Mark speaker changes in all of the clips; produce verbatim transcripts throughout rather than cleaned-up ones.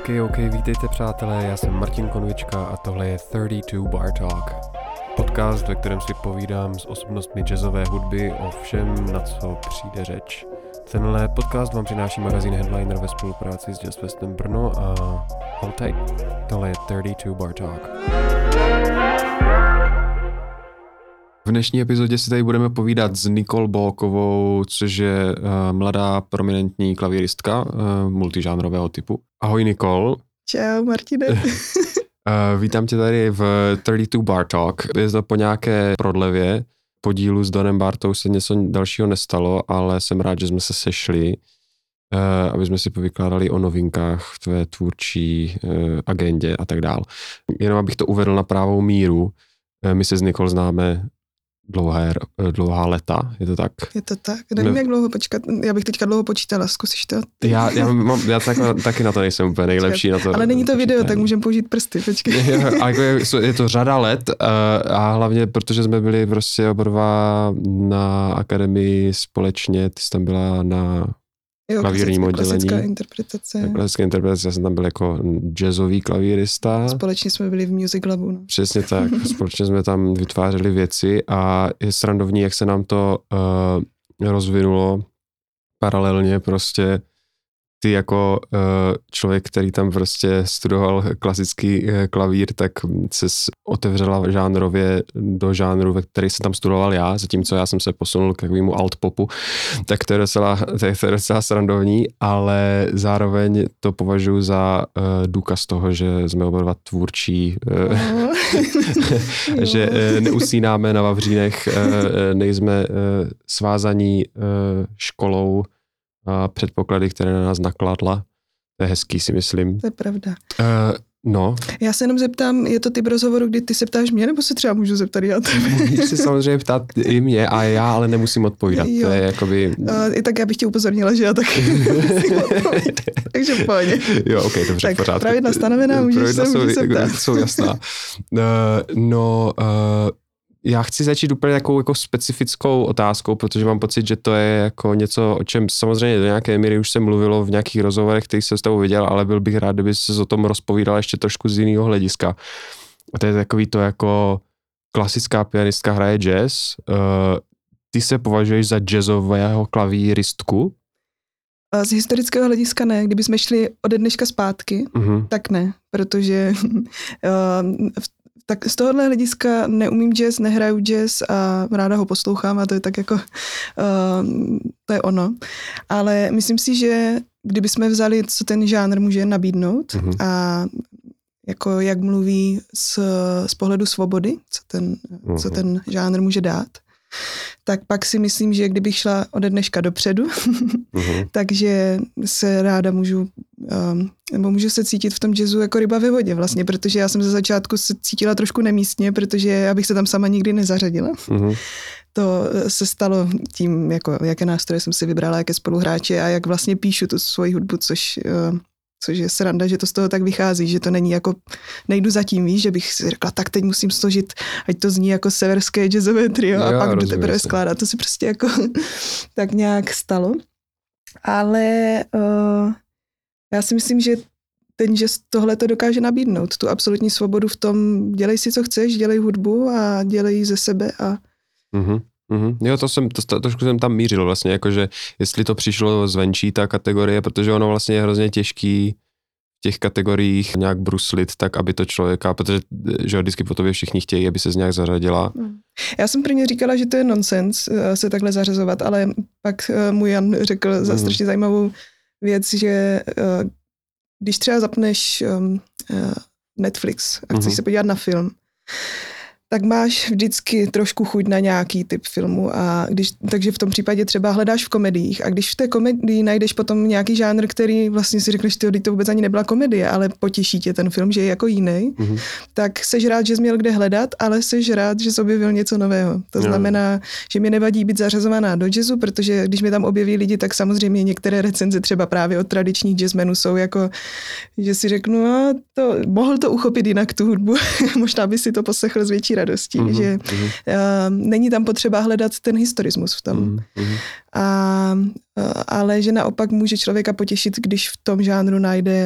Speaker 1: OK, OK, vítejte přátelé, já jsem Martin Konvička a tohle je třicet dva Bar Talk. Podcast, ve kterém si povídám s osobnostmi jazzové hudby o všem, na co přijde řeč. Tenhle podcast vám přináší magazín Headliner ve spolupráci s Jazz Festem Brno a hold tight, tohle je třicet dva Bar Talk. V dnešní epizodě si tady budeme povídat s Nicole Bolkovou, což je uh, mladá prominentní klavíristka uh, multižánrového typu. Ahoj Nicole.
Speaker 2: Čau Martine.
Speaker 1: uh, vítám tě tady v třicet dva Bar Talk. Je to po nějaké prodlevě. Po dílu s Donem Bartou se něco dalšího nestalo, ale jsem rád, že jsme se sešli, uh, aby jsme si povykládali o novinkách v tvé tvůrčí uh, agendě a tak dál. Jenom abych to uvedl na právou míru. Uh, my se s Nicole známe Dlouhé, dlouhá leta, je to tak?
Speaker 2: Je to tak, nevím, ne... jak dlouho počkat, já bych teďka dlouho počítala, zkusíš to?
Speaker 1: Já, já, mám, já tak, taky na to nejsem úplně nejlepší. Na to,
Speaker 2: ale není to počítání. Video, tak můžeme použít prsty, počkej.
Speaker 1: je, je to řada let a hlavně, protože jsme byli prostě oba dva na akademii společně, ty jsi tam byla na
Speaker 2: jo,
Speaker 1: klavírním oddělení.
Speaker 2: Klasická interpretace.
Speaker 1: Klasická interpretace, já jsem tam byl jako jazzový klavírista.
Speaker 2: Společně jsme byli v Music Labu. No.
Speaker 1: Přesně tak, společně jsme tam vytvářeli věci a je srandovní, jak se nám to uh, rozvinulo paralelně prostě. Ty jako uh, člověk, který tam prostě studoval klasický uh, klavír, tak ses otevřela žánrově do žánru, ve který jsem tam studoval já, zatímco já jsem se posunul k takovému alt-popu, tak to je docela, to je, to je docela srandovní, ale zároveň to považuji za uh, důkaz toho, že jsme oba dva tvůrčí, uh, že uh, neusínáme na vavřínech, uh, nejsme uh, svázaní uh, školou a předpoklady, které na nás nakladla. To je hezký, si myslím.
Speaker 2: To je pravda.
Speaker 1: Uh, no.
Speaker 2: Já se jenom zeptám, je to typ rozhovoru, kdy ty se ptáš mě, nebo se třeba můžu zeptat já tebe?
Speaker 1: Můžeš se samozřejmě ptát i mě a já ale nemusím odpovídat. Jo. To je jakoby...
Speaker 2: Uh, I tak já bych tě upozornila, že já taky nemusím odpovídat. Takže v pohodě.
Speaker 1: Jo, ok, dobře,
Speaker 2: tak
Speaker 1: pořád.
Speaker 2: Pravidla stanovená, můžeš se, můžeš se ptát.
Speaker 1: Jsou jasná. Uh, no... Uh, Já chci začít úplně takovou jako specifickou otázkou, protože mám pocit, že to je jako něco, o čem samozřejmě do nějaké míry už se mluvilo v nějakých rozhovorech, kterých jsem s tebou viděl, ale byl bych rád, kdyby se o tom rozpovídal ještě trošku z jiného hlediska. A to je takový to jako klasická pianistka hraje jazz. Uh, ty se považuješ za jazzového klavíristku?
Speaker 2: Z historického hlediska ne. Kdyby jsme šli ode dneška zpátky, uh-huh. tak ne, protože uh, tak z tohohle hlediska neumím jazz, nehraju jazz a ráda ho poslouchám a to je tak jako, uh, to je ono. Ale myslím si, že kdyby jsme vzali, co ten žánr může nabídnout mm-hmm. a jako jak mluví z, z pohledu svobody, co ten, mm-hmm. co ten žánr může dát, tak pak si myslím, že kdybych šla ode dneška dopředu, mm-hmm. takže se ráda můžu, um, nebo můžu se cítit v tom jazzu jako ryba ve vodě vlastně, protože já jsem ze začátku se cítila trošku nemístně, protože já bych se tam sama nikdy nezařadila. Mm-hmm. To se stalo tím, jako, jaké nástroje jsem si vybrala, jaké spoluhráče a jak vlastně píšu tu svoji hudbu, což... Uh, což je sranda, že to z toho tak vychází, že to není jako, nejdu zatím, víš, že bych si řekla, tak teď musím složit, ať to zní jako severské jazzové trio a jo, pak jdu teprve skládat. To si prostě jako tak nějak stalo. Ale uh, já si myslím, že ten jazz tohle to dokáže nabídnout, tu absolutní svobodu v tom, dělej si, co chceš, dělej hudbu a dělej ze sebe a
Speaker 1: mm-hmm. Mm-hmm. Jo, to jsem, to, trošku jsem tam mířil vlastně, jakože jestli to přišlo zvenčí ta kategorie, protože ono vlastně je hrozně těžký v těch kategoriích nějak bruslit tak, aby to člověka, protože že vždycky po tobě všichni chtějí, aby se z nějak zařadila.
Speaker 2: Já jsem prvně říkala, že to je nonsens se takhle zařazovat, ale pak můj Jan řekl mm-hmm. za strašně zajímavou věc, že když třeba zapneš Netflix a chceš mm-hmm. se podívat na film, tak máš vždycky trošku chuť na nějaký typ filmu a když, takže v tom případě třeba hledáš v komediích a když v té komedii najdeš potom nějaký žánr, který vlastně si řekneš, že to vůbec ani nebyla komedie, ale potěší tě ten film, že je jako jiný, mm-hmm. tak seš rád, že jsi měl kde hledat, ale seš rád, že jsi objevil něco nového. To znamená, no. že mi nevadí být zařazovaná do jazzu, protože když mi tam objeví lidi, tak samozřejmě některé recenze třeba právě od tradičních jazzmenů jsou jako, že si řeknu, no, to, mohl to uchopit jinak tu hudbu, možná by si to poslechl z větší radostí, mm-hmm, že mm-hmm. Uh, není tam potřeba hledat ten historismus v tom. Mm-hmm. A, uh, ale že naopak může člověka potěšit, když v tom žánru najde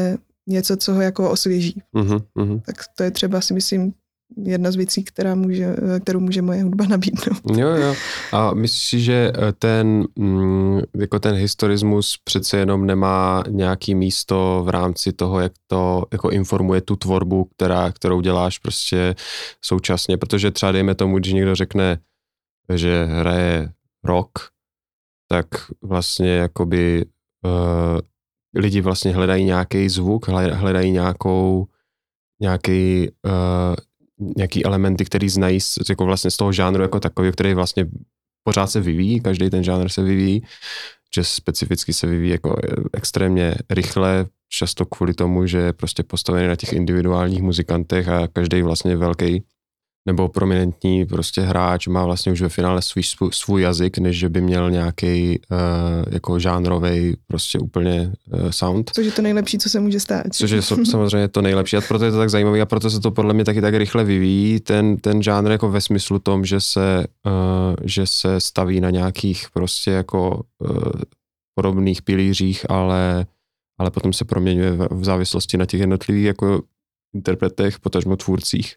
Speaker 2: něco, co ho jako osvěží.
Speaker 1: Mm-hmm.
Speaker 2: Tak to je třeba, si myslím, jedna z věcí, která může, kterou může moje hudba nabídnout.
Speaker 1: Jo, jo. A myslíš, že ten, jako ten historismus přece jenom nemá nějaký místo v rámci toho, jak to jako informuje tu tvorbu, která, kterou děláš prostě současně, protože třeba dejme tomu, když někdo řekne, že hraje rock, tak vlastně jakoby uh, lidi vlastně hledají nějaký zvuk, hledají nějakou nějaký uh, nějaký elementy, který znají z, jako vlastně z toho žánru jako takový, který vlastně pořád se vyvíjí, každý ten žánr se vyvíjí, že specificky se vyvíjí jako extrémně rychle, často kvůli tomu, že je prostě postavený na těch individuálních muzikantech a každý vlastně velký nebo prominentní prostě hráč má vlastně už ve finále svůj, svůj jazyk, než že by měl nějaký uh, jako žánrovej prostě úplně uh, sound.
Speaker 2: Což je to nejlepší, co se může stát.
Speaker 1: Což je samozřejmě to nejlepší a proto je to tak zajímavé a proto se to podle mě taky tak rychle vyvíjí. Ten, ten žánr jako ve smyslu tom, že se, uh, že se staví na nějakých prostě jako uh, podobných pilířích, ale, ale potom se proměňuje v, v závislosti na těch jednotlivých jako interpretech, potažmo tvůrcích.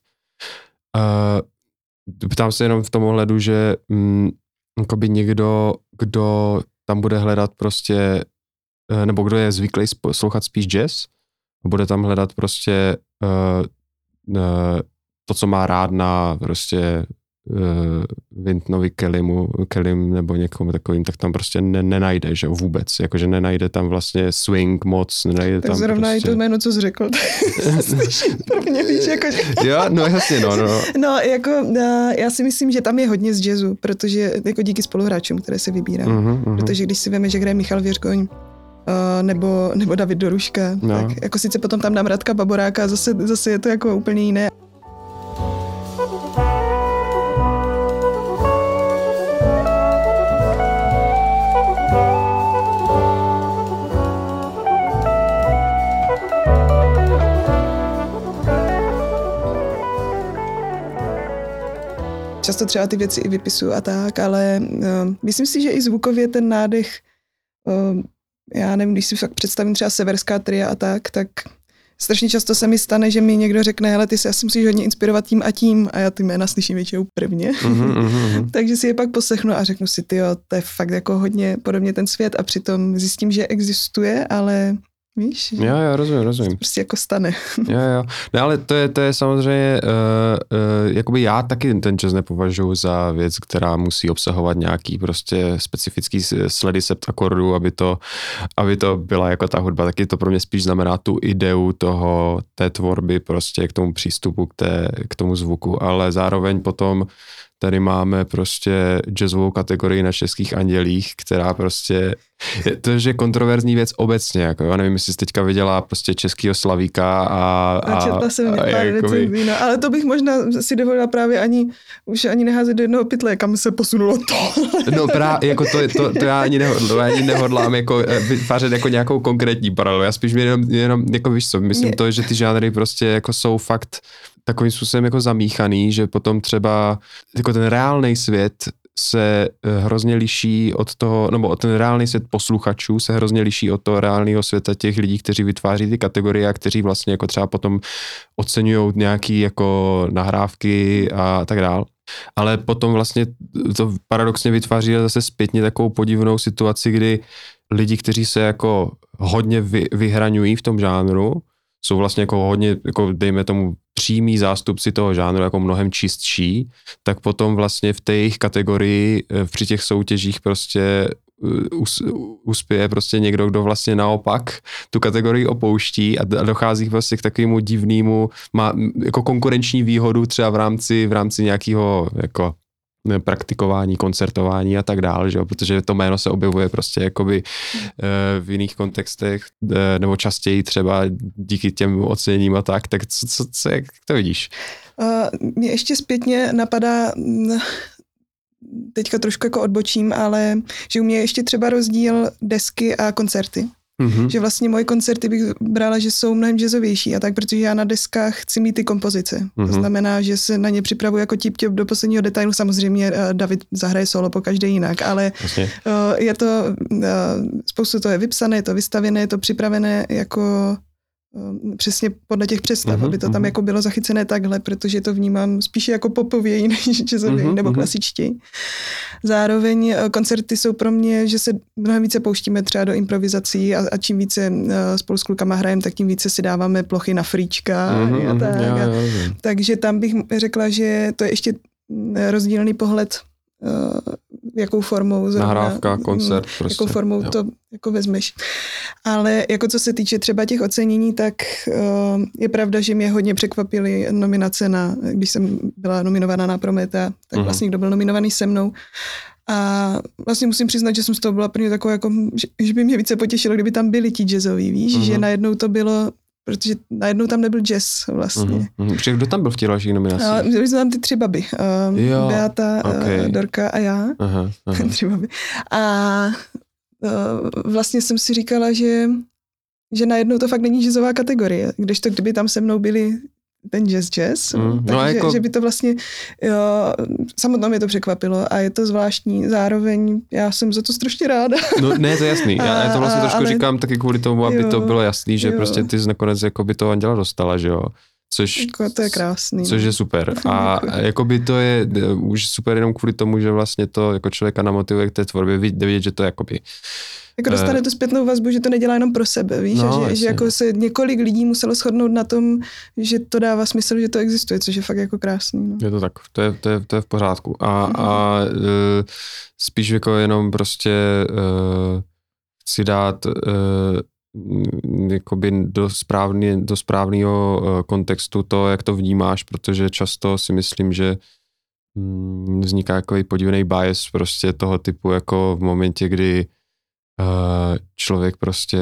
Speaker 1: Uh, ptám se jenom v tom ohledu, že mm, jakoby někdo, kdo tam bude hledat prostě, uh, nebo kdo je zvyklý poslouchat spíš jazz, bude tam hledat prostě uh, uh, to, co má rád na prostě uh, Wyntonovi Kellymu, Kellym nebo někomu takovým, tak tam prostě ne, nenajde, že vůbec, jakože nenajde tam vlastně swing moc, nenajde
Speaker 2: tak
Speaker 1: tam
Speaker 2: zrovna
Speaker 1: prostě...
Speaker 2: i to jméno, co jsi řekl, slyším pro mě, víš, jakože...
Speaker 1: Jo, no jasně, no, no.
Speaker 2: No, jako uh, já si myslím, že tam je hodně z jazzu, protože jako díky spoluhráčům, které se vybírá, uh-huh, uh-huh. protože když si veme, že hraje Michal Věřgoň, uh, nebo, nebo David Doruška, no. tak jako sice potom tam dám Radka Baboráka, zase, zase je to jako úplně jiné. Často třeba ty věci i vypisuju a tak, ale uh, myslím si, že i zvukově ten nádech, uh, já nevím, když si fakt představím třeba severská tria a tak, tak strašně často se mi stane, že mi někdo řekne, hele, ty se asi musíš hodně inspirovat tím a tím a já ty jména slyším většinou prvně. Mm-hmm, mm-hmm. Takže si je pak poslechnu a řeknu si, tyjo, to je fakt jako hodně podobně ten svět a přitom zjistím, že existuje, ale... Víš?
Speaker 1: Jo, jo, rozumím, rozumím.
Speaker 2: To prostě jako stane.
Speaker 1: Jo, jo. No ale to je, to je samozřejmě, uh, uh, jakoby já taky ten jazz nepovažuji za věc, která musí obsahovat nějaký prostě specifický sledy sept akordů, aby to, aby to byla jako ta hudba. Taky to pro mě spíš znamená tu ideu toho, té tvorby prostě k tomu přístupu, k, té, k tomu zvuku, ale zároveň potom tady máme prostě jazzovou kategorii na Českých andělích, která prostě, to je kontroverzní věc obecně, jako já nevím, jestli jsi teďka viděla prostě českýho Slavíka a...
Speaker 2: A četla jsem a, pár
Speaker 1: jakoby...
Speaker 2: recenzí, no, ale to bych možná si dovolila právě ani, už ani neházet do jednoho pytle, kam se posunulo to.
Speaker 1: No právě, jako to, to, to já ani nehodlám, já ani nehodlám jako vytvářet jako nějakou konkrétní paralelu, já spíš jenom, jenom jako víš co, myslím Mě... to, že ty žánry prostě jako jsou fakt takovým způsobem jako zamíchaný, že potom třeba jako ten reálný svět se hrozně liší od toho, nebo ten reálný svět posluchačů se hrozně liší od toho reálného světa těch lidí, kteří vytváří ty kategorie a kteří vlastně jako třeba potom oceňují nějaký jako nahrávky a tak dál. Ale potom vlastně to paradoxně vytváří zase zpětně takovou podivnou situaci, kdy lidi, kteří se jako hodně vy, vyhraňují v tom žánru, jsou vlastně jako hodně, jako dejme tomu přímý zástupci toho žánru, jako mnohem čistší, tak potom vlastně v té jejich kategorii při těch soutěžích prostě us, uspěje prostě někdo, kdo vlastně naopak tu kategorii opouští a dochází prostě k takovému divnému, má jako konkurenční výhodu třeba v rámci, v rámci nějakého jako praktikování, koncertování a tak dále, že jo? Protože to jméno se objevuje prostě jakoby e, v jiných kontextech, e, nebo častěji třeba díky těm oceněním a tak, tak co, co, co jak to vidíš?
Speaker 2: Uh, mě ještě zpětně napadá, teďka trošku jako odbočím, ale že u mě je ještě třeba rozdíl desky a koncerty. Mm-hmm. Že vlastně moje koncerty bych brala, že jsou mnohem jazzovější a tak, protože já na deskách chci mít ty kompozice. Mm-hmm. To znamená, že se na ně připravuji jako tip-top do posledního detailu. Samozřejmě uh, David zahraje solo po každé jinak, ale uh, je to, uh, spoustu to je vypsané, je to vystavěné, je to připravené jako přesně podle těch představ, uh-huh, aby to tam uh-huh. jako bylo zachycené takhle, protože to vnímám spíše jako popověji než jazzověji uh-huh, nebo uh-huh. klasičtěji. Zároveň koncerty jsou pro mě, že se mnohem více pouštíme třeba do improvizací a, a čím více spolu s klukama hrajeme, tak tím více si dáváme plochy na fríčka. Uh-huh, a tak. Já, já, já. Takže tam bych řekla, že to je ještě rozdílný pohled, jakou formou zrovna,
Speaker 1: nahrávka, koncert prostě.
Speaker 2: Jakou formou jo. to jako vezmeš. Ale jako co se týče třeba těch ocenění, tak uh, je pravda, že mě hodně překvapily nominace na, když jsem byla nominovaná na Prometa, tak uh-huh. vlastně kdo byl nominovaný se mnou. A vlastně musím přiznat, že jsem z toho byla prvně taková, jako, že, že by mě více potěšilo, kdyby tam byli ti jazzoví, víš, uh-huh. že najednou to bylo, protože najednou tam nebyl jazz vlastně.
Speaker 1: Uh-huh. Kdo tam byl v těch dalších nominacích?
Speaker 2: No, byli jsme tam ty tři baby. Uh, jo, Beata, okay. uh, Dorka a já.
Speaker 1: Aha, aha.
Speaker 2: Tři baby. A uh, vlastně jsem si říkala, že, že najednou to fakt není jazzová kategorie. Kdežto kdyby tam se mnou byli ten jazz jazz, mm, takže no jako... že by to vlastně, jo, samotnou mě to překvapilo a je to zvláštní. Zároveň já jsem za to strašně ráda.
Speaker 1: No ne, to je jasný. Já, já to vlastně trošku ale... říkám taky kvůli tomu, aby jo, to bylo jasný, že jo. prostě ty jsi nakonec jako by to Anděla dostala, že jo. Což,
Speaker 2: jako to je krásný.
Speaker 1: Což je super. A jakoby to je už super jenom kvůli tomu, že vlastně to jako člověka namotivuje k té tvorbě, vidět, že to je jakoby
Speaker 2: jako dostane tu zpětnou vazbu, že to nedělá jenom pro sebe, víš, no, že, že jako se několik lidí muselo shodnout na tom, že to dává smysl, že to existuje, což je fakt jako krásný. No.
Speaker 1: Je to tak, to je, to je, to je v pořádku. A, mm-hmm. a e, spíš jako jenom prostě e, chci dát e, jakoby do, správný, do správného e, kontextu to, jak to vnímáš, protože často si myslím, že mm, vzniká takový podivný bias prostě toho typu, jako v momentě, kdy Uh, člověk prostě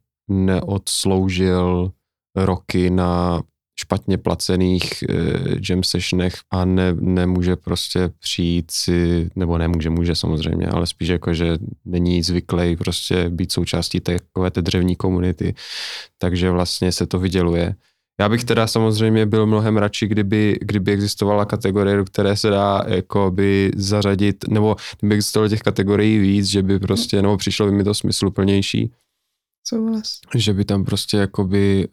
Speaker 1: neodsloužil roky na špatně placených uh, jam sessionech a ne, nemůže prostě přijít si, nebo nemůže, může samozřejmě, ale spíš jako, že není zvyklý prostě být součástí takové té dřevní komunity, takže vlastně se to vyděluje. Já bych teda samozřejmě byl mnohem radši, kdyby, kdyby existovala kategorie, do které se dá jakoby zařadit, nebo kdyby existovalo těch kategorií víc, že by prostě, nebo přišlo by mi to smysluplnější.
Speaker 2: Souhlas.
Speaker 1: Že by tam prostě jakoby...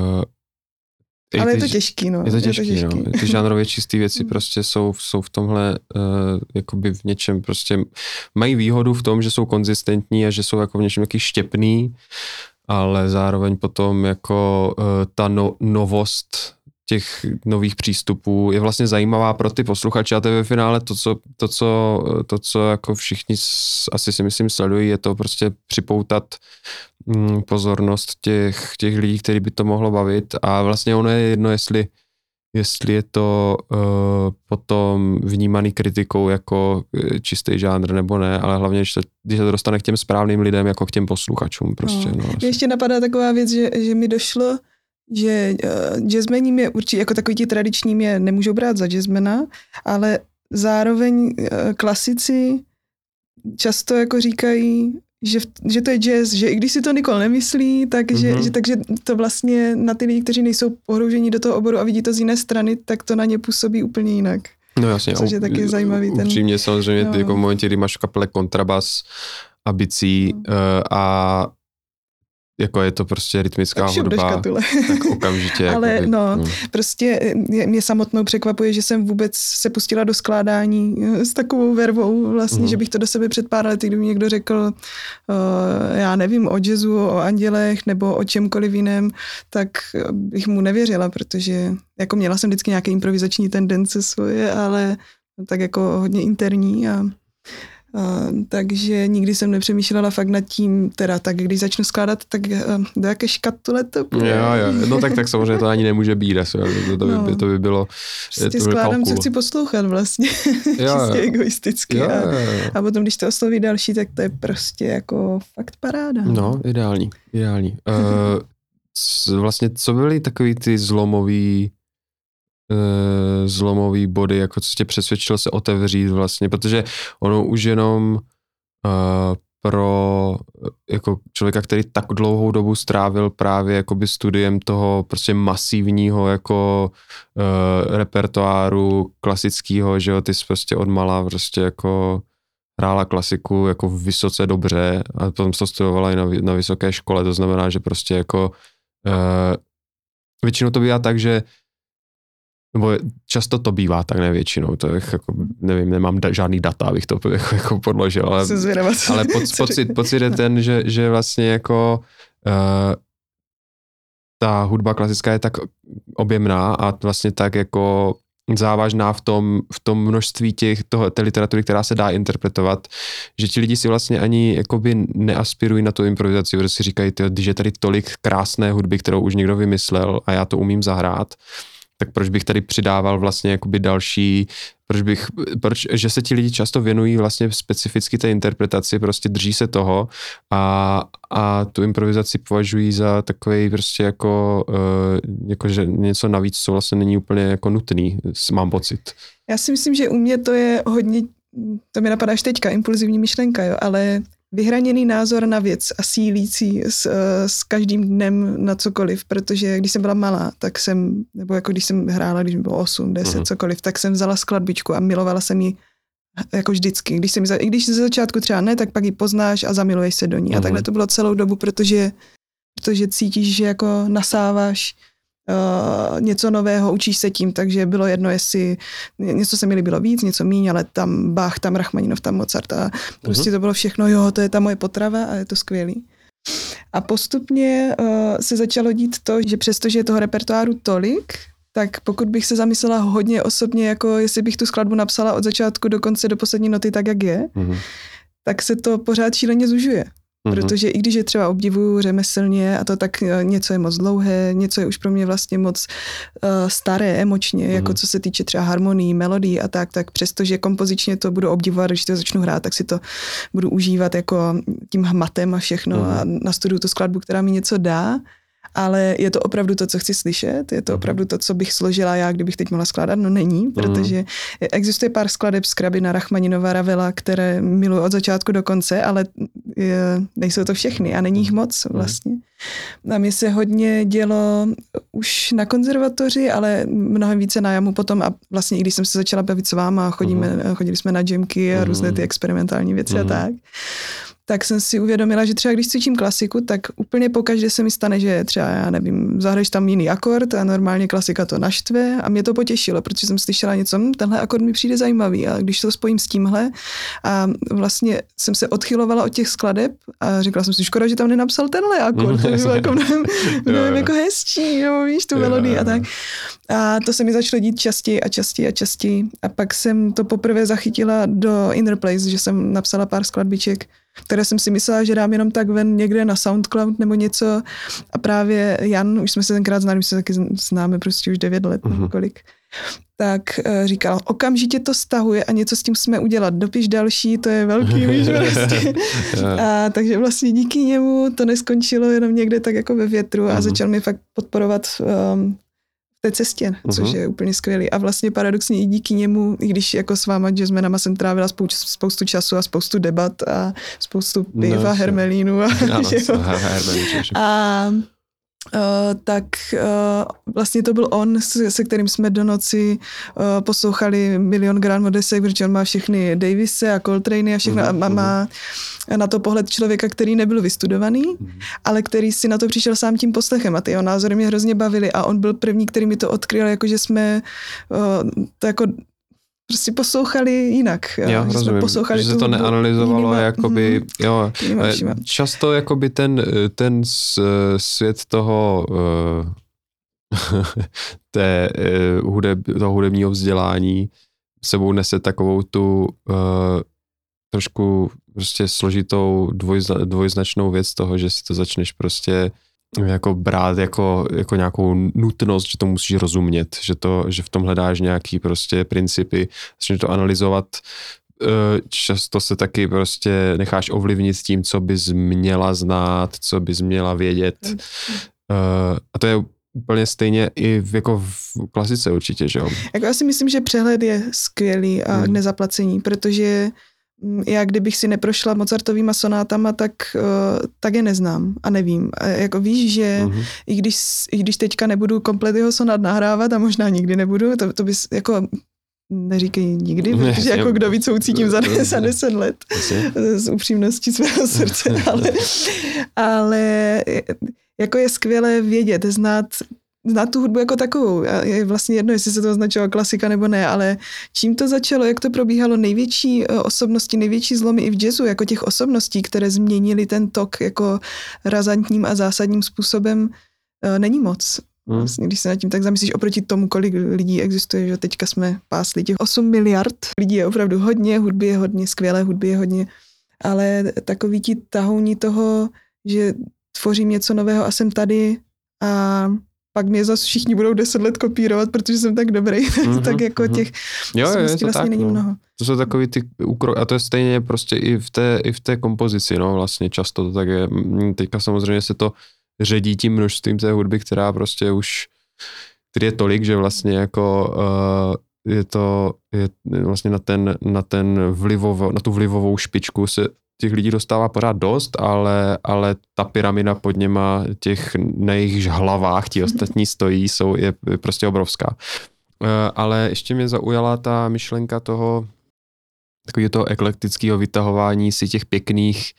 Speaker 1: Uh,
Speaker 2: Ale je to těžký, no.
Speaker 1: Je to těžký, je to těžký. no. Ty žánrově čistý věci prostě jsou, jsou v tomhle uh, jakoby v něčem prostě... Mají výhodu v tom, že jsou konzistentní a že jsou jako v něčem taky štěpný, ale zároveň potom jako uh, ta no, novost těch nových přístupů je vlastně zajímavá pro ty posluchače a to je ve finále to, co, to, co, to, co jako všichni asi si myslím sledují, je to prostě připoutat mm, pozornost těch, těch lidí, který by to mohlo bavit a vlastně ono je jedno, jestli jestli je to uh, potom vnímaný kritikou jako čistý žánr nebo ne, ale hlavně, když se, když se to dostane k těm správným lidem, jako k těm posluchačům. Prostě, no. No,
Speaker 2: mě ještě napadá taková věc, že, že mi došlo, že uh, jazzmeni mě určitě, jako takový ti tradiční mě nemůžou brát za jazzmena, ale zároveň uh, klasici často jako říkají, že, že to je jazz, že i když si to Nikol nemyslí, takže, mm-hmm. že, takže to vlastně na ty lidi, kteří nejsou pohroužení do toho oboru a vidí to z jiné strany, tak to na ně působí úplně jinak.
Speaker 1: No jasně.
Speaker 2: Což je taky zajímavý. Ten...
Speaker 1: Upřímně samozřejmě no. jako v momentě, kdy máš v kapele kontrabas a bicí no. uh, a jako je to prostě rytmická
Speaker 2: tak
Speaker 1: hudba, tak okamžitě.
Speaker 2: Ale
Speaker 1: jakoby,
Speaker 2: no, no, prostě mě samotnou překvapuje, že jsem vůbec se pustila do skládání s takovou vervou vlastně, mm. že bych to do sebe před pár lety, kdyby někdo řekl, uh, já nevím, o jazzu, o andělech nebo o čemkoliv jiném, tak bych mu nevěřila, protože jako měla jsem vždycky nějaké improvizační tendence svoje, ale tak jako hodně interní a Uh, takže nikdy jsem nepřemýšlela fakt nad tím, teda tak když začnu skládat, tak uh, do jaké škatule to bude.
Speaker 1: Jo, jo, no tak, tak samozřejmě to ani nemůže být, asi, to, to, by, no. to by bylo...
Speaker 2: Prostě to skládám, kalkul. Co chci poslouchat vlastně, jo, čistě jo. egoisticky jo, jo, jo. A, a potom, když to osloví další, tak to je prostě jako fakt paráda.
Speaker 1: No, ideální, ideální. Uh, vlastně, co byly takový ty zlomový zlomový body, jako co tě přesvědčilo se otevřít vlastně, protože ono už jenom uh, pro jako člověka, který tak dlouhou dobu strávil právě jakoby studiem toho prostě masivního jako uh, repertoáru klasického, že jo, ty jsi prostě odmala prostě jako hrála klasiku jako vysoce dobře a potom jsi to studovala i na, na vysoké škole, to znamená, že prostě jako uh, většinou to bývá tak, že nebo často to bývá tak, ne většinou, to je jako, nevím, nemám da, žádný data, abych to jako, jako podložil, ale, ale poc, pocit, pocit je ten, že, že vlastně jako uh, ta hudba klasická je tak objemná a vlastně tak jako závažná v tom, v tom množství těch, toho, té literatury, která se dá interpretovat, že ti lidi si vlastně ani jakoby neaspirují na tu improvizaci, protože si říkají, tyjo, když je tady tolik krásné hudby, kterou už někdo vymyslel a já to umím zahrát, tak proč bych tady přidával vlastně jakoby další, proč bych, proč, že se ti lidi často věnují vlastně specificky té interpretaci, prostě drží se toho a, a tu improvizaci považují za takovej prostě jako, uh, jako že něco navíc, co vlastně není úplně jako nutný, mám pocit.
Speaker 2: Já si myslím, že u mě to je hodně, to mi napadá až teďka, impulzivní myšlenka, jo, ale vyhraněný názor na věc a sílící s, s každým dnem na cokoliv, protože když jsem byla malá, tak jsem, nebo jako když jsem hrála, když mi bylo osm, deset, uh-huh. cokoliv, tak jsem vzala skladbičku a milovala jsem ji jako vždycky. Když jsem, I když ze začátku třeba ne, tak pak ji poznáš a zamiluješ se do ní. Uh-huh. A takhle to bylo celou dobu, protože, protože cítíš, že jako nasáváš Uh, něco nového, učíš se tím, takže bylo jedno, jestli něco se mi líbilo víc, něco míň, ale tam Bach, tam Rachmaninov, tam Mozart a prostě uh-huh. to bylo všechno, jo, to je ta moje potrava a je to skvělý. A postupně uh, se začalo dít to, že přestože je toho repertoáru tolik, tak pokud bych se zamyslela hodně osobně, jako jestli bych tu skladbu napsala od začátku do konce, do poslední noty tak, jak je, uh-huh. tak se to pořád šíleně zužuje. Mm-hmm. Protože i když je třeba obdivuju řemeslně a to tak něco je moc dlouhé, něco je už pro mě vlastně moc uh, staré emočně, mm-hmm. jako co se týče třeba harmonii, melodii a tak, tak přestože kompozičně to budu obdivovat, když to začnu hrát, tak si to budu užívat jako tím hmatem a všechno mm-hmm. a nastuduju tu skladbu, která mi něco dá, ale je to opravdu to, co chci slyšet, je to opravdu to, co bych složila já, kdybych teď mohla skládat, no není, protože existuje pár skladeb z Krabina, Rachmaninova, Ravela, které miluji od začátku do konce, ale je, nejsou to všechny a není jich moc vlastně. A mě se hodně dělo už na konzervatoři, ale mnohem více na jamu potom a vlastně i když jsem se začala bavit s váma, chodíme, uh-huh. chodili jsme na jamky a různé ty experimentální věci uh-huh. a tak, tak jsem si uvědomila, že třeba když cvičím klasiku, tak úplně pokaždé se mi stane, že třeba, já nevím, zahraješ tam jiný akord a normálně klasika to naštve a mě to potěšilo, protože jsem slyšela něco, hm, tenhle akord mi přijde zajímavý a když to spojím s tímhle a vlastně jsem se odchylovala od těch skladeb a říkala jsem si, škoda, že tam nenapsal tenhle akord, to by bylo jako mnohem, mnohem jako hezčí, nebo víš, tu melodii a tak. A to se mi začalo dít častěji a častěji a častěji a pak jsem to poprvé zachytila do Inner Place, že jsem napsala pár skladbiček, které jsem si myslela, že dám jenom tak ven někde na SoundCloud nebo něco a právě Jan, už jsme se tenkrát znali, už se taky známe prostě už devět let, uh-huh. kolik, tak uh, říkal, okamžitě to stahuje a něco s tím jsme udělat, dopiš další, to je velký víš vlastně. A takže vlastně díky němu to neskončilo jenom někde tak jako ve větru uh-huh. a začal mi fakt podporovat um, té cestě, což uh-huh. je úplně skvělý. A vlastně paradoxně i díky němu, i když jako s váma jazzmenama jsem trávila spoustu, spoustu času a spoustu debat a spoustu piv a hermelínu. A, a Uh, tak uh, vlastně to byl on, se, se kterým jsme do noci uh, poslouchali milion Grand desek, protože on má všechny Davisy a Coltrane a všechno uh-huh, a má uh-huh. na to pohled člověka, který nebyl vystudovaný, uh-huh. ale který si na to přišel sám tím poslechem a ty jeho názory mě hrozně bavily a on byl první, který mi to odkryl, jakože jsme uh, to jako prostě poslouchali jinak.
Speaker 1: Jo, jo rozumím, že se to neanalyzovalo jinýma, jakoby, mm, jo, často jakoby ten, ten svět toho té, hudeb, toho hudebního vzdělání sebou nese takovou tu trošku prostě složitou dvojzna, dvojznačnou věc toho, že si to začneš prostě jako brát jako, jako nějakou nutnost, že to musíš rozumět, že, to, že v tom hledáš nějaký prostě principy, začneš to analyzovat. Často se taky prostě necháš ovlivnit tím, co bys měla znát, co bys měla vědět. A to je úplně stejně i v, jako v klasice určitě, že jo?
Speaker 2: Jako já si myslím, že přehled je skvělý a hmm. k nezaplacení, protože já kdybych si neprošla Mozartovýma sonátama, tak, tak je neznám a nevím. A jako víš, že uh-huh. i, když, i když teďka nebudu komplet jeho sonát nahrávat a možná nikdy nebudu, to, to bys jako neříkej nikdy, protože jako kdo ví, co ucítím za deset let z upřímnosti svého srdce, ale, ale jako je skvělé vědět, znát znát tu hudbu jako takovou. Je vlastně jedno, jestli se to označilo klasika nebo ne, ale čím to začalo, jak to probíhalo, největší osobnosti, největší zlomy i v jazzu, jako těch osobností, které změnili ten tok jako razantním a zásadním způsobem, není moc. Vlastně, když se nad tím tak zamyslíš oproti tomu, kolik lidí existuje, že teďka jsme pásli těch osm miliard. Lidí je opravdu hodně, hudby je hodně, skvělé hudby je hodně, ale takový ti tahouni toho, že tvořím něco nového a jsem tady a pak mě zase všichni budou deset let kopírovat, protože jsem tak dobrý, mm-hmm, tak jako mm-hmm. těch
Speaker 1: jo, jo,
Speaker 2: vlastně
Speaker 1: tak,
Speaker 2: není
Speaker 1: no.
Speaker 2: mnoho.
Speaker 1: To jsou takový ty úkrok, a to je stejně prostě i v té, i v té kompozici, no vlastně často to tak je. Teďka samozřejmě se to ředí tím množstvím té hudby, která prostě už, který je tolik, že vlastně jako uh, je to, je vlastně na ten, na ten vlivovo, na tu vlivovou špičku se těch lidí dostává pořád dost, ale, ale ta pyramida pod něma, těch na jejichž hlavách ti ostatní stojí, jsou, je, je prostě obrovská. Uh, ale ještě mě zaujala ta myšlenka toho takového toho eklektického vytahování si těch pěkných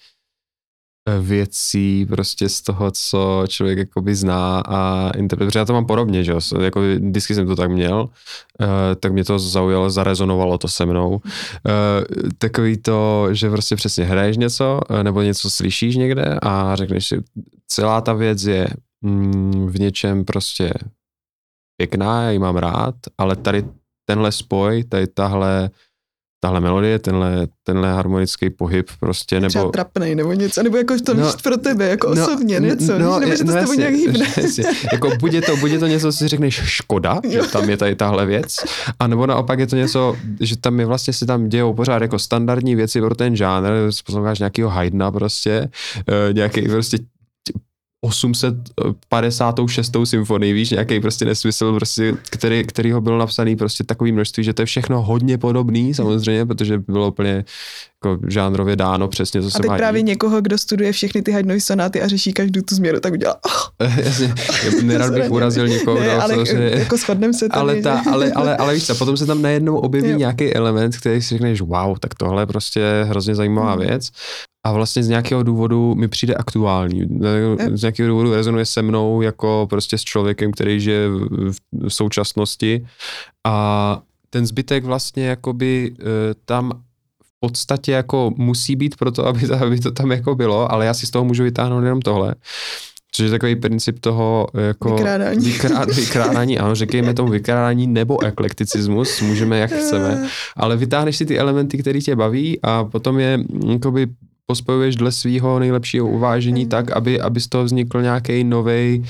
Speaker 1: věcí prostě z toho, co člověk jakoby zná a interpretuje. Protože já to mám podobně, že jo, jako vždycky jsem to tak měl, uh, tak mě to zaujalo, zarezonovalo to se mnou. Uh, takový to, že prostě přesně hraješ něco, nebo něco slyšíš někde a řekneš si, celá ta věc je mm, v něčem prostě pěkná, já ji mám rád, ale tady tenhle spoj, tady tahle tahle melodie, tenhle, tenhle harmonický pohyb prostě, nebo...
Speaker 2: Třeba trapnej, nebo něco, nebo jako to no, pro tebe, jako no, osobně, něco,
Speaker 1: no,
Speaker 2: nebo že to
Speaker 1: no,
Speaker 2: s tebou nějak hýbne.
Speaker 1: Jako buď je to, buď je to něco, co si řekneš škoda, že tam je tady tahle věc, a nebo naopak je to něco, že tam je vlastně si tam dějou pořád jako standardní věci pro ten žánr, posloucháš nějakýho Haydna prostě, nějaký prostě osm set padesát šest symfonii, víš, nějaký prostě nesmysl, prostě, který, kterýho bylo napsaný prostě takový množství, že to je všechno hodně podobný, samozřejmě, protože bylo úplně jako žánrově dáno přesně, co se má. A teď
Speaker 2: právě někoho, kdo studuje všechny ty Haydnovy sonáty a řeší každou tu změru, tak udělá.
Speaker 1: Jasně, nerad bych urazil někoho.
Speaker 2: Ne,
Speaker 1: no,
Speaker 2: ale
Speaker 1: samozřejmě,
Speaker 2: jako shodneme se tady.
Speaker 1: Ale, ta, ale, ale, ale víš co, potom se tam najednou objeví jo. nějaký element, který si řekneš, wow, tak tohle je prostě hrozně zajímavá hmm. věc. A vlastně z nějakého důvodu mi přijde aktuální. Z nějakého důvodu rezonuje se mnou jako prostě s člověkem, který žije v současnosti. A ten zbytek vlastně jakoby tam v podstatě jako musí být proto, aby to, aby to tam jako bylo, ale já si z toho můžu vytáhnout jenom tohle. Což je takový princip toho jako
Speaker 2: vykrádání.
Speaker 1: Vykrá, vykrádání, ano, řekněme tomu vykrádání nebo eklekticismus, můžeme jak chceme, ale vytáhneš si ty elementy, které tě baví a potom je jakoby pospojuješ dle svýho nejlepšího uvážení mm. tak, aby, aby z toho vznikl nějaký novej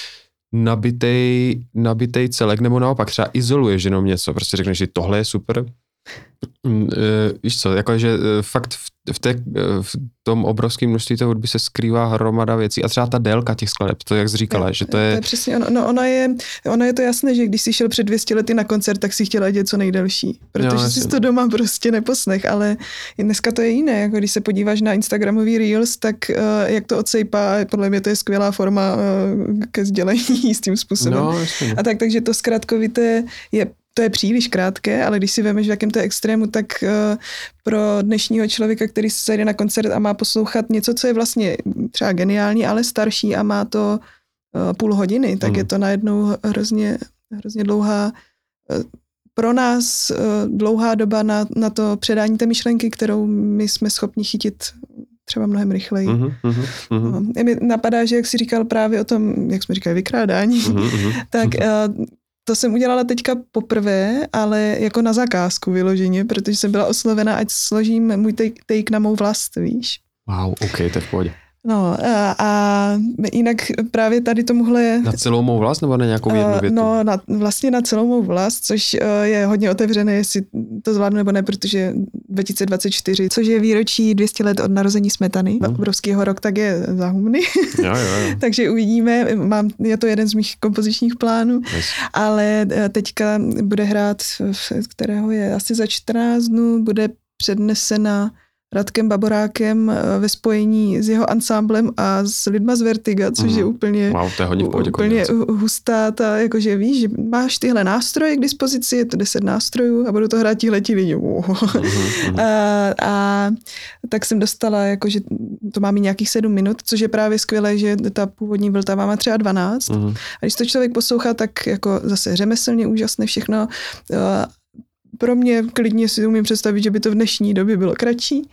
Speaker 1: nabitej, nabitej celek, nebo naopak třeba izoluješ jenom něco, prostě řekneš, že tohle je super. Uh, víš co, jakože uh, fakt v, v, té, uh, v tom obrovském množství té hudby se skrývá hromada věcí a třeba ta délka těch skladeb, to jak jsi říkala, je, že to je...
Speaker 2: To je přesně ono, no, ona je, ona je to jasné, že když jsi šel před dvě stě lety na koncert, tak si chtěla dělat co nejdelší, protože jo, jsi to doma prostě neposlech, ale dneska to je jiné, jako když se podíváš na Instagramový Reels, tak uh, jak to odsejpá, podle mě to je skvělá forma uh, ke sdělení s tím způsobem.
Speaker 1: No,
Speaker 2: a tak, takže to zkratkovité je to je příliš krátké, ale když si vemeš, v jakém to je extrému, tak uh, pro dnešního člověka, který se zajde na koncert a má poslouchat něco, co je vlastně třeba geniální, ale starší a má to uh, půl hodiny, tak mm. je to najednou hrozně, hrozně dlouhá, uh, pro nás uh, dlouhá doba na, na to předání té myšlenky, kterou my jsme schopni chytit třeba mnohem rychleji. Mm-hmm, mm-hmm. No, mi napadá, že jak jsi říkal právě o tom, jak jsme říkali, vykrádání, mm-hmm. tak uh, to jsem udělala teďka poprvé, ale jako na zakázku vyloženě, protože jsem byla oslovena, ať složím můj take na mou vlast, víš.
Speaker 1: Wow, ok, to je v pohodě.
Speaker 2: No a, a jinak právě tady tomuhle...
Speaker 1: Na celou mou vlast nebo na nějakou jednu větu?
Speaker 2: No na, vlastně na celou mou vlast, což je hodně otevřené, jestli to zvládnu nebo ne, protože dva tisíce dvacet čtyři, což je výročí dvě stě let od narození Smetany, hmm. obrovskýho rok, tak je za humny.
Speaker 1: Jo, jo, jo.
Speaker 2: Takže uvidíme, mám, je to jeden z mých kompozičních plánů, yes. ale teďka bude hrát, kterého je asi za čtrnáct dnů, bude přednesena Radkem Baborákem ve spojení s jeho ansámblem a s lidma z Vertiga, což mm. je úplně,
Speaker 1: wow, to je hodně, pohodě,
Speaker 2: úplně hustá, ta, jakože víš, že máš tyhle nástroje k dispozici, je to deset nástrojů a budou to hrát tihleti lidi. Mm-hmm. A, a tak jsem dostala, jakože to má mít nějakých sedm minut, což je právě skvělé, že ta původní Vltava má třeba dvanáct. Mm-hmm. A když to člověk poslouchá, tak jako zase řemeslně úžasné všechno. Pro mě klidně si umím představit, že by to v dnešní době bylo kratší.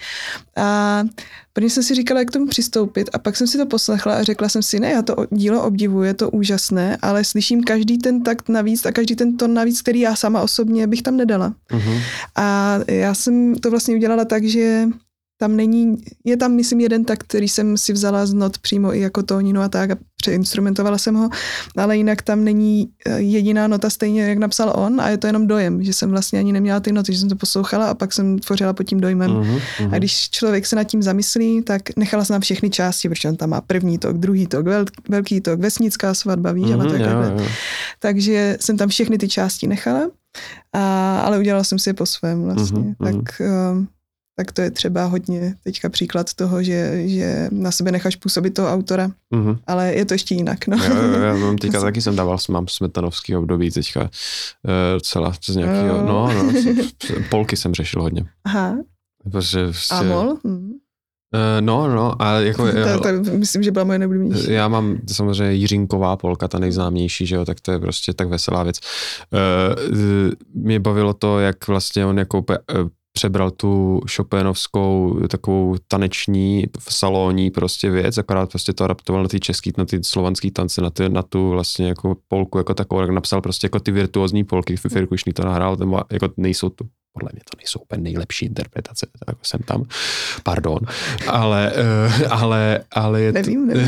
Speaker 2: A prvně jsem si říkala, jak k tomu přistoupit a pak jsem si to poslechla a řekla jsem si, ne, já to dílo obdivuji, je to úžasné, ale slyším každý ten takt navíc a každý ten tón navíc, který já sama osobně bych tam nedala. Uh-huh. A já jsem to vlastně udělala tak, že tam není, je tam, myslím, jeden takt, který jsem si vzala z not přímo i jako tóninu a tak a přeinstrumentovala jsem ho, ale jinak tam není jediná nota stejně, jak napsal on a je to jenom dojem, že jsem vlastně ani neměla ty noty, že jsem to poslouchala a pak jsem tvořila pod tím dojmem. Uh-huh, uh-huh. A když člověk se nad tím zamyslí, tak nechala jsem tam všechny části, protože on tam má první tok, druhý tok, vel, velký tok, vesnická svatba, víš, uh-huh, a tak takhle. Takže jsem tam všechny ty části nechala, a, ale udělala jsem si je po svém vlastně. Uh-huh, tak uh-huh. Tak to je třeba hodně teďka příklad toho, že, že na sebe necháš působit toho autora, mm-hmm. ale je to ještě jinak. No.
Speaker 1: Jo, jo, jo, mám teďka taky jsem dával, mám smetanovský období teďka uh, celá z nějakého, uh. no, no, polky jsem řešil hodně.
Speaker 2: Aha.
Speaker 1: Protože vlastně,
Speaker 2: a mol? Mm.
Speaker 1: Uh, no, no, ale jako...
Speaker 2: to, to, myslím, že byla moje nejoblíbenější.
Speaker 1: Já mám samozřejmě Jiřínková polka, ta nejznámější, že jo, tak to je prostě tak veselá věc. Uh, mě bavilo to, jak vlastně on jako uh, přebral tu Chopinovskou takovou taneční salónní prostě věc, akorát prostě to adaptoval na ty český, na ty slovanský tance, na, ty, na tu vlastně jako polku jako takovou, tak napsal prostě jako ty virtuózní polky, Firkušný to nahrál, ten jako nejsou to, podle mě to nejsou úplně nejlepší interpretace, tak jsem tam, pardon, ale, uh, ale, ale je
Speaker 2: nevím, nevím.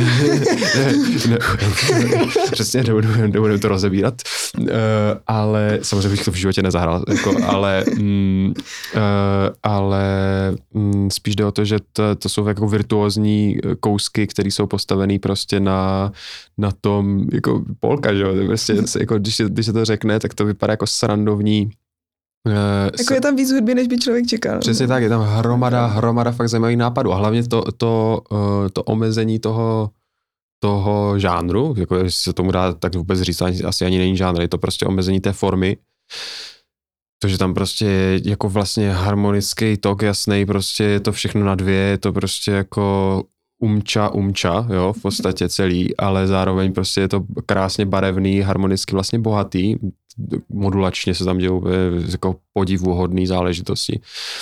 Speaker 1: ne, ne, přesně, nebudeme, nebudeme to rozebírat, uh, ale samozřejmě bych to v životě nezahrál, jako, ale, mm, uh, ale mm, spíš jde o to, že to, to jsou jako virtuózní kousky, které jsou postavený prostě na, na tom, jako polka, že jo, prostě, jako, když, když se to řekne, tak to vypadá jako srandovní.
Speaker 2: Uh, jako je tam víc hudby, než by člověk čekal.
Speaker 1: Přesně tak, je tam hromada, hromada fakt zajímavých nápadů a hlavně to, to, uh, to omezení toho, toho žánru, jako jestli se tomu dá tak vůbec říct, asi ani není žánr, je to prostě omezení té formy, to, že tam prostě je jako vlastně harmonický tok jasný, prostě je to všechno na dvě, je to prostě jako umča, umča, jo, v podstatě celý, ale zároveň prostě je to krásně barevný, harmonicky vlastně bohatý, modulačně se tam dějou jako podivuhodný záležitosti.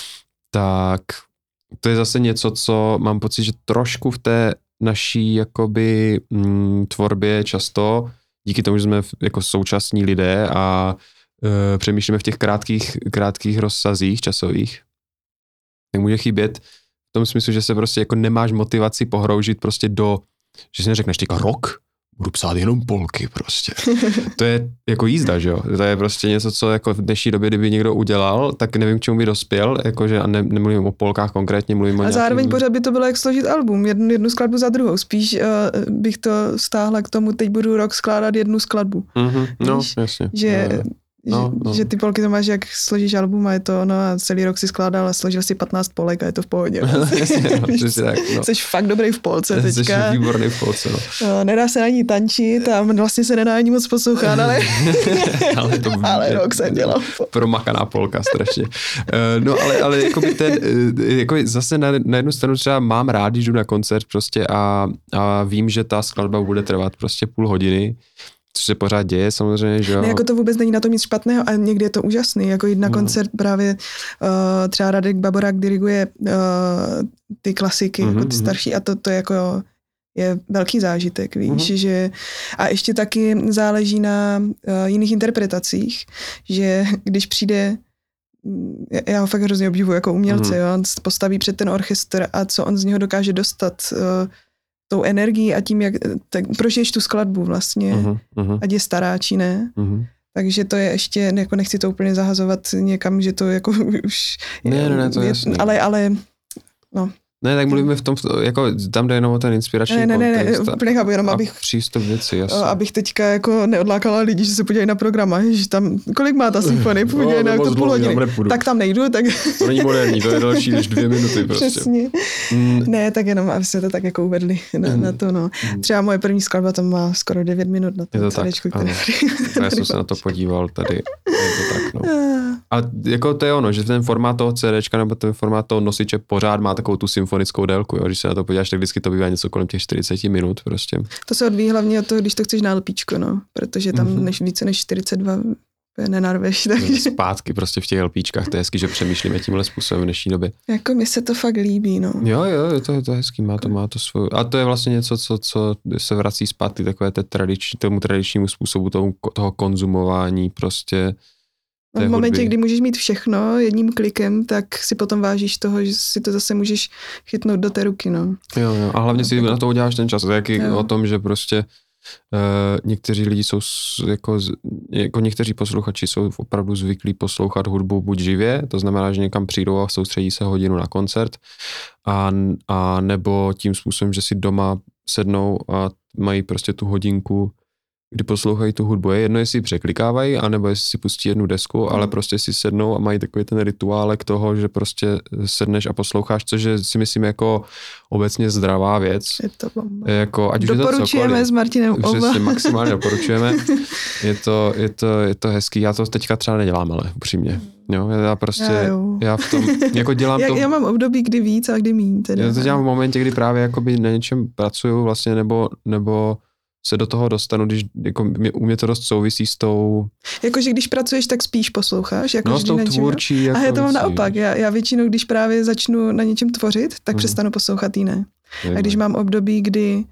Speaker 1: Tak to je zase něco, co mám pocit, že trošku v té naší jakoby m, tvorbě často, díky tomu, že jsme jako současní lidé a e, přemýšlíme v těch krátkých, krátkých rozsazích časových, tak může chybět v tom smyslu, že se prostě jako nemáš motivaci pohroužit prostě do, že si neřekneš teďka rok, budu psát jenom polky prostě. To je jako jízda, že jo? To je prostě něco, co jako v dnešní době, kdyby někdo udělal, tak nevím, k čemu by dospěl, jakože a ne, nemluvím o polkách konkrétně, mluvím o
Speaker 2: a
Speaker 1: nějakým...
Speaker 2: zároveň pořád by to bylo jak složit album, jednu, jednu skladbu za druhou. Spíš uh, bych to stáhla k tomu, teď budu rok skládat jednu skladbu.
Speaker 1: Mm-hmm, no, Víš, jasně.
Speaker 2: Že...
Speaker 1: No. No, no.
Speaker 2: Že ty polky to máš, jak složíš album a je to, no a celý rok si skládal a složil si patnáct polek a je to v pohodě.
Speaker 1: tak, no.
Speaker 2: Jsi fakt dobrý v polce teďka.
Speaker 1: Jsi výborný v polce, no.
Speaker 2: no. Nedá se na ní tančit a vlastně se nedá ani moc poslouchat, ale,
Speaker 1: ale, to
Speaker 2: ale rok jsem dělal.
Speaker 1: Promakaná polka, strašně. No ale, ale jakoby ten, jako zase na, na jednu stranu třeba mám rád, když jdu na koncert prostě a, a vím, že ta skladba bude trvat prostě půl hodiny, což se pořád děje samozřejmě, že jo.
Speaker 2: Ne, jako to vůbec není na tom nic špatného a někdy je to úžasný, jako jít na no. koncert právě uh, třeba Radek Baborák diriguje uh, ty klasiky, mm-hmm. jako ty starší a to, to jako je velký zážitek, víš, mm-hmm. že a ještě taky záleží na uh, jiných interpretacích, že když přijde já ho fakt hrozně obdivuji jako umělce, mm-hmm. jo, on postaví před ten orchestr a co on z něho dokáže dostat uh, tou energií a tím, jak tak prožiješ tu skladbu vlastně, uh-huh, uh-huh. ať je stará, či ne. Uh-huh. Takže to je ještě, jako nechci to úplně zahazovat někam, že to jako už...
Speaker 1: Ne, ne, ne, to je jasný.
Speaker 2: Ale, ale, no.
Speaker 1: Ne, tak mluvíme v tom, jako tam jde jenom o ten inspirační
Speaker 2: ne, ne,
Speaker 1: kontext.
Speaker 2: Ne, ne, úplně chápu, jenom abych...
Speaker 1: přístup věci, jasně.
Speaker 2: Abych teďka jako neodlákala lidi, že se podívají na program, že tam, kolik má ta symfonie, podívají no, na to půl hodiny. Tak tam nejdu, tak...
Speaker 1: To není moderní, to je další než dvě minuty prostě.
Speaker 2: Přesně. Mm. Ne, tak jenom, aby jsme to tak jako uvedli na, mm. na to, no. Třeba moje první skladba tam má skoro devět minut na tom cédéčku, který...
Speaker 1: Já jsem se na to podíval tady, je to tak, no. A jako to je ono, že ten formát toho cédéčka nebo ten formát toho nosiče pořád má takovou tu symfonickou délku, jo. Když se na to podíváš, tak vždycky to bývá něco kolem těch čtyřicet minut prostě. To
Speaker 2: se odvíjí hlavně od toho, když to chceš na LPčko, no, protože tam mm-hmm. než více než čtyřicet dva nenarveš. Takže...
Speaker 1: Zpátky prostě v těch LPčkách, to je hezký, že přemýšlíme tímhle způsobem v dnešní době.
Speaker 2: Jako mi se to fakt líbí, no.
Speaker 1: Jo, jo, je to, je to hezký, má to, má to svou. A to je vlastně něco, co, co se vrací zpátky takové té tradiční, tomu tradičnímu způsobu tomu, toho konzumování prostě.
Speaker 2: V momentě, hudby. Kdy můžeš mít všechno jedním klikem, tak si potom vážíš toho, že si to zase můžeš chytnout do té ruky, no.
Speaker 1: Jo, jo. A hlavně si na to uděláš ten čas. Jak je o tom, že prostě uh, někteří lidi jsou jako, jako někteří posluchači jsou opravdu zvyklí poslouchat hudbu buď živě, to znamená, že někam přijdou a soustředí se hodinu na koncert, a, a nebo tím způsobem, že si doma sednou a mají prostě tu hodinku, kdy poslouchají tu hudbu. Je jedno, jestli překlikávají, anebo jestli si pustí jednu desku, mm. ale prostě si sednou a mají takový ten rituálek toho, že prostě sedneš a posloucháš, což je, si myslím, jako obecně zdravá věc.
Speaker 2: Je to bomba.
Speaker 1: Jako, ať
Speaker 2: doporučujeme
Speaker 1: to
Speaker 2: s Martinem oba.
Speaker 1: Přesně, maximálně doporučujeme. Je to, je, to, je to hezký. Já to teďka třeba nedělám, ale upřímně. Jo, já prostě, já, já v tom, jako dělám
Speaker 2: já,
Speaker 1: to...
Speaker 2: Já mám období, kdy víc a kdy míň. Teda.
Speaker 1: Já to dělám v momentě, kdy právě jakoby na něčem pracuju vlastně, nebo, nebo se do toho dostanu, když jako mě, u mě to dost souvisí s tou...
Speaker 2: Jakože když pracuješ, tak spíš posloucháš. Jako
Speaker 1: no s tou tvůrčí. Jako
Speaker 2: a já to mám naopak. Já, já většinou, když právě začnu na něčem tvořit, tak hmm. přestanu poslouchat jiné. A když mám období, kdy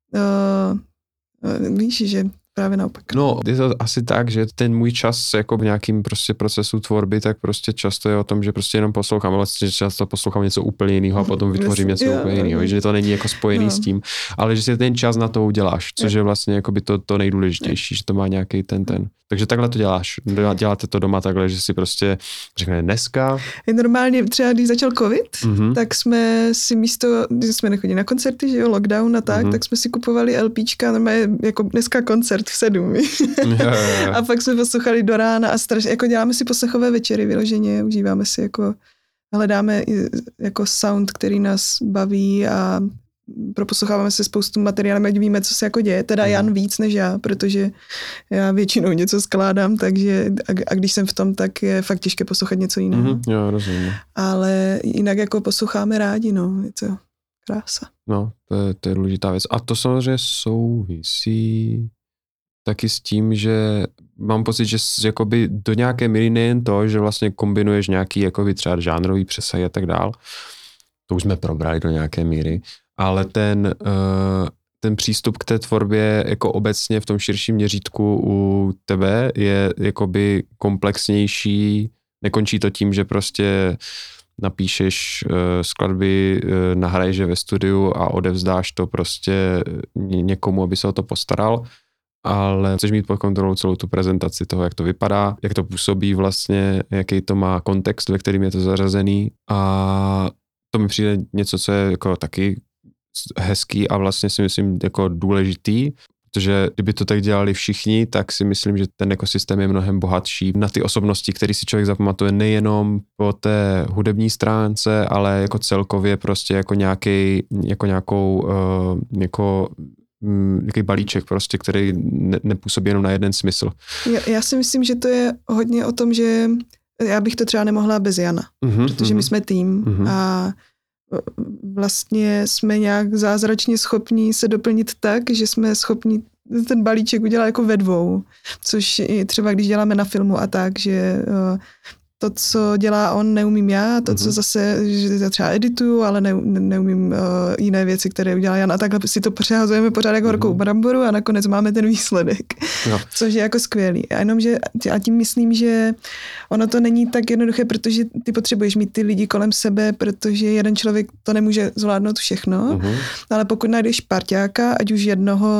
Speaker 2: uh, víš, že právě naopak.
Speaker 1: No, je to asi tak, že ten můj čas jako v nějakým prostě procesu tvorby, tak prostě často je o tom, že prostě jenom poslouchám, ale často poslouchám něco úplně jiného a potom vytvořím něco jo, úplně jiného, že to není jako spojený no. s tím, ale že si ten čas na to uděláš, což je, je vlastně jako by to, to nejdůležitější, je. Že to má nějaký ten ten. Takže takhle to děláš. Děláte to doma takhle, že si prostě řekne dneska.
Speaker 2: Normálně třeba, když začal covid, mm-hmm. tak jsme si místo, když jsme nechodili na koncerty, že jo, lockdown a tak, mm-hmm. tak jsme si kupovali LPčka, normálně jako dneska koncert v sedm. A pak jsme poslouchali do rána a strašně, jako děláme si poslechové večery vyloženě, užíváme si jako, hledáme jako sound, který nás baví a proposloucháváme se spoustu materiálů, ať víme, co se jako děje. Teda Jan víc než já, protože já většinou něco skládám, takže a, a když jsem v tom, tak je fakt těžké poslouchat něco jiného.
Speaker 1: Mm-hmm, jo, rozumím.
Speaker 2: Ale jinak jako posloucháme rádi, no, je to krása.
Speaker 1: No, to je, to je důležitá věc. A to samozřejmě souvisí taky s tím, že mám pocit, že jakoby do nějaké míry nejen to, že vlastně kombinuješ nějaký jakoby třeba žánrový přesahy a tak dál, to už jsme probrali do nějaké míry, ale ten, uh, ten přístup k té tvorbě jako obecně v tom širším měřítku u tebe je jakoby komplexnější, nekončí to tím, že prostě napíšeš uh, skladby, uh, nahraješ je ve studiu a odevzdáš to prostě někomu, aby se o to postaral, ale chceš mít pod kontrolou celou tu prezentaci toho, jak to vypadá, jak to působí vlastně, jaký to má kontext, ve kterým je to zařazený, a to mi přijde něco, co je jako taky hezký a vlastně si myslím jako důležitý, protože kdyby to tak dělali všichni, tak si myslím, že ten ekosystém je mnohem bohatší na ty osobnosti, který si člověk zapamatuje nejenom po té hudební stránce, ale jako celkově prostě jako nějaký, jako nějakou, uh, jako nějaký balíček prostě, který ne, nepůsobí jenom na jeden smysl.
Speaker 2: Já, já si myslím, že to je hodně o tom, že já bych to třeba nemohla bez Jana, mm-hmm, protože mm-hmm. my jsme tým mm-hmm. a vlastně jsme nějak zázračně schopní se doplnit tak, že jsme schopni ten balíček udělat jako ve dvou, což i třeba když děláme na filmu a tak, že to, co dělá on, neumím já, to, co zase, že třeba edituju, ale ne, neumím uh, jiné věci, které udělá Jan, a takhle si to přehazujeme pořád jako horkou bramboru a nakonec máme ten výsledek, no. Což je jako skvělý. A jenom, že a tím myslím, že ono to není tak jednoduché, protože ty potřebuješ mít ty lidi kolem sebe, protože jeden člověk to nemůže zvládnout všechno, uh-huh. ale pokud najdeš parťáka, ať už jednoho,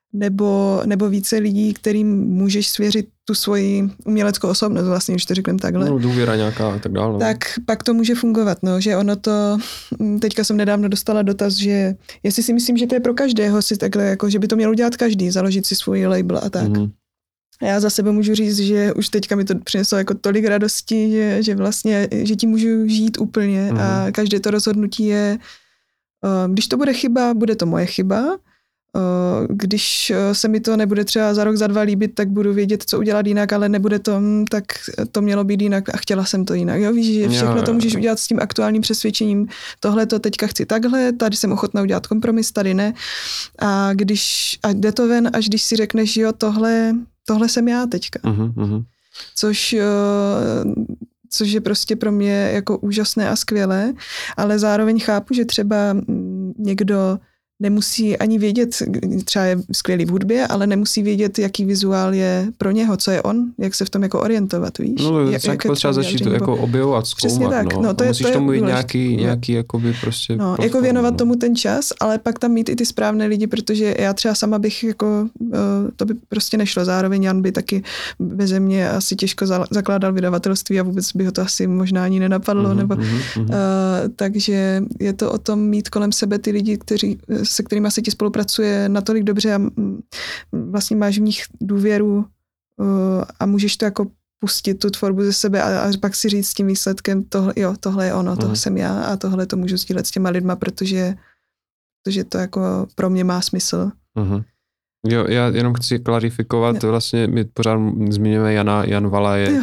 Speaker 2: nebo, nebo více lidí, kterým můžeš svěřit tu svoji uměleckou osobnost, vlastně, když to řekneme takhle.
Speaker 1: No, důvěra nějaká a tak dále. No.
Speaker 2: Tak pak to může fungovat, no, že ono to, teďka jsem nedávno dostala dotaz, že jestli si myslím, že to je pro každého si takhle, jako, že by to měl udělat každý, založit si svůj label a tak. Mm-hmm. Já za sebe můžu říct, že už teďka mi to přineslo jako tolik radosti, že, že vlastně, že tím můžu žít úplně mm-hmm. a každé to rozhodnutí je, když to bude chyba, bude to moje chyba. Když se mi to nebude třeba za rok, za dva líbit, tak budu vědět, co udělat jinak, ale nebude to, tak to mělo být jinak a chtěla jsem to jinak. Jo, víš, že všechno to můžeš udělat s tím aktuálním přesvědčením. Tohle to teďka chci takhle, tady jsem ochotná udělat kompromis, tady ne. A když a jde to ven, až když si řekneš, jo, tohle, tohle jsem já teďka. Uh-huh, uh-huh. Což... což je prostě pro mě jako úžasné a skvělé, ale zároveň chápu, že třeba někdo nemusí ani vědět, třeba je skvělý v hudbě, ale nemusí vědět, jaký vizuál je pro něho, co je on, jak se v tom jako orientovat, víš?
Speaker 1: No, jak, jak potřeba začít to jako objevovat, zkoumat. Přesně tak. No. No, to je, musíš to tomu mít nějaký, nějaký jakoby prostě...
Speaker 2: No, prostor, jako věnovat no. tomu ten čas, ale pak tam mít i ty správné lidi, protože já třeba sama bych jako, to by prostě nešlo. Zároveň Jan by taky beze mě asi těžko zakládal vydavatelství a vůbec by ho to asi možná ani nenapadlo. Mm-hmm, nebo, mm-hmm. Uh, takže je to o tom mít kolem sebe ty lidi, kteří se kterými se ti spolupracuje natolik dobře a vlastně máš v nich důvěru a můžeš to jako pustit tu tvorbu ze sebe a, a pak si říct s tím výsledkem, tohle, jo, tohle je ono, tohle uh-huh. jsem já a tohle to můžu sdílet s těma lidma, protože, protože to jako pro mě má smysl.
Speaker 1: Uh-huh. Jo, já jenom chci klarifikovat, jo. Vlastně my pořád zmiňujeme Jana, Jan Vala je,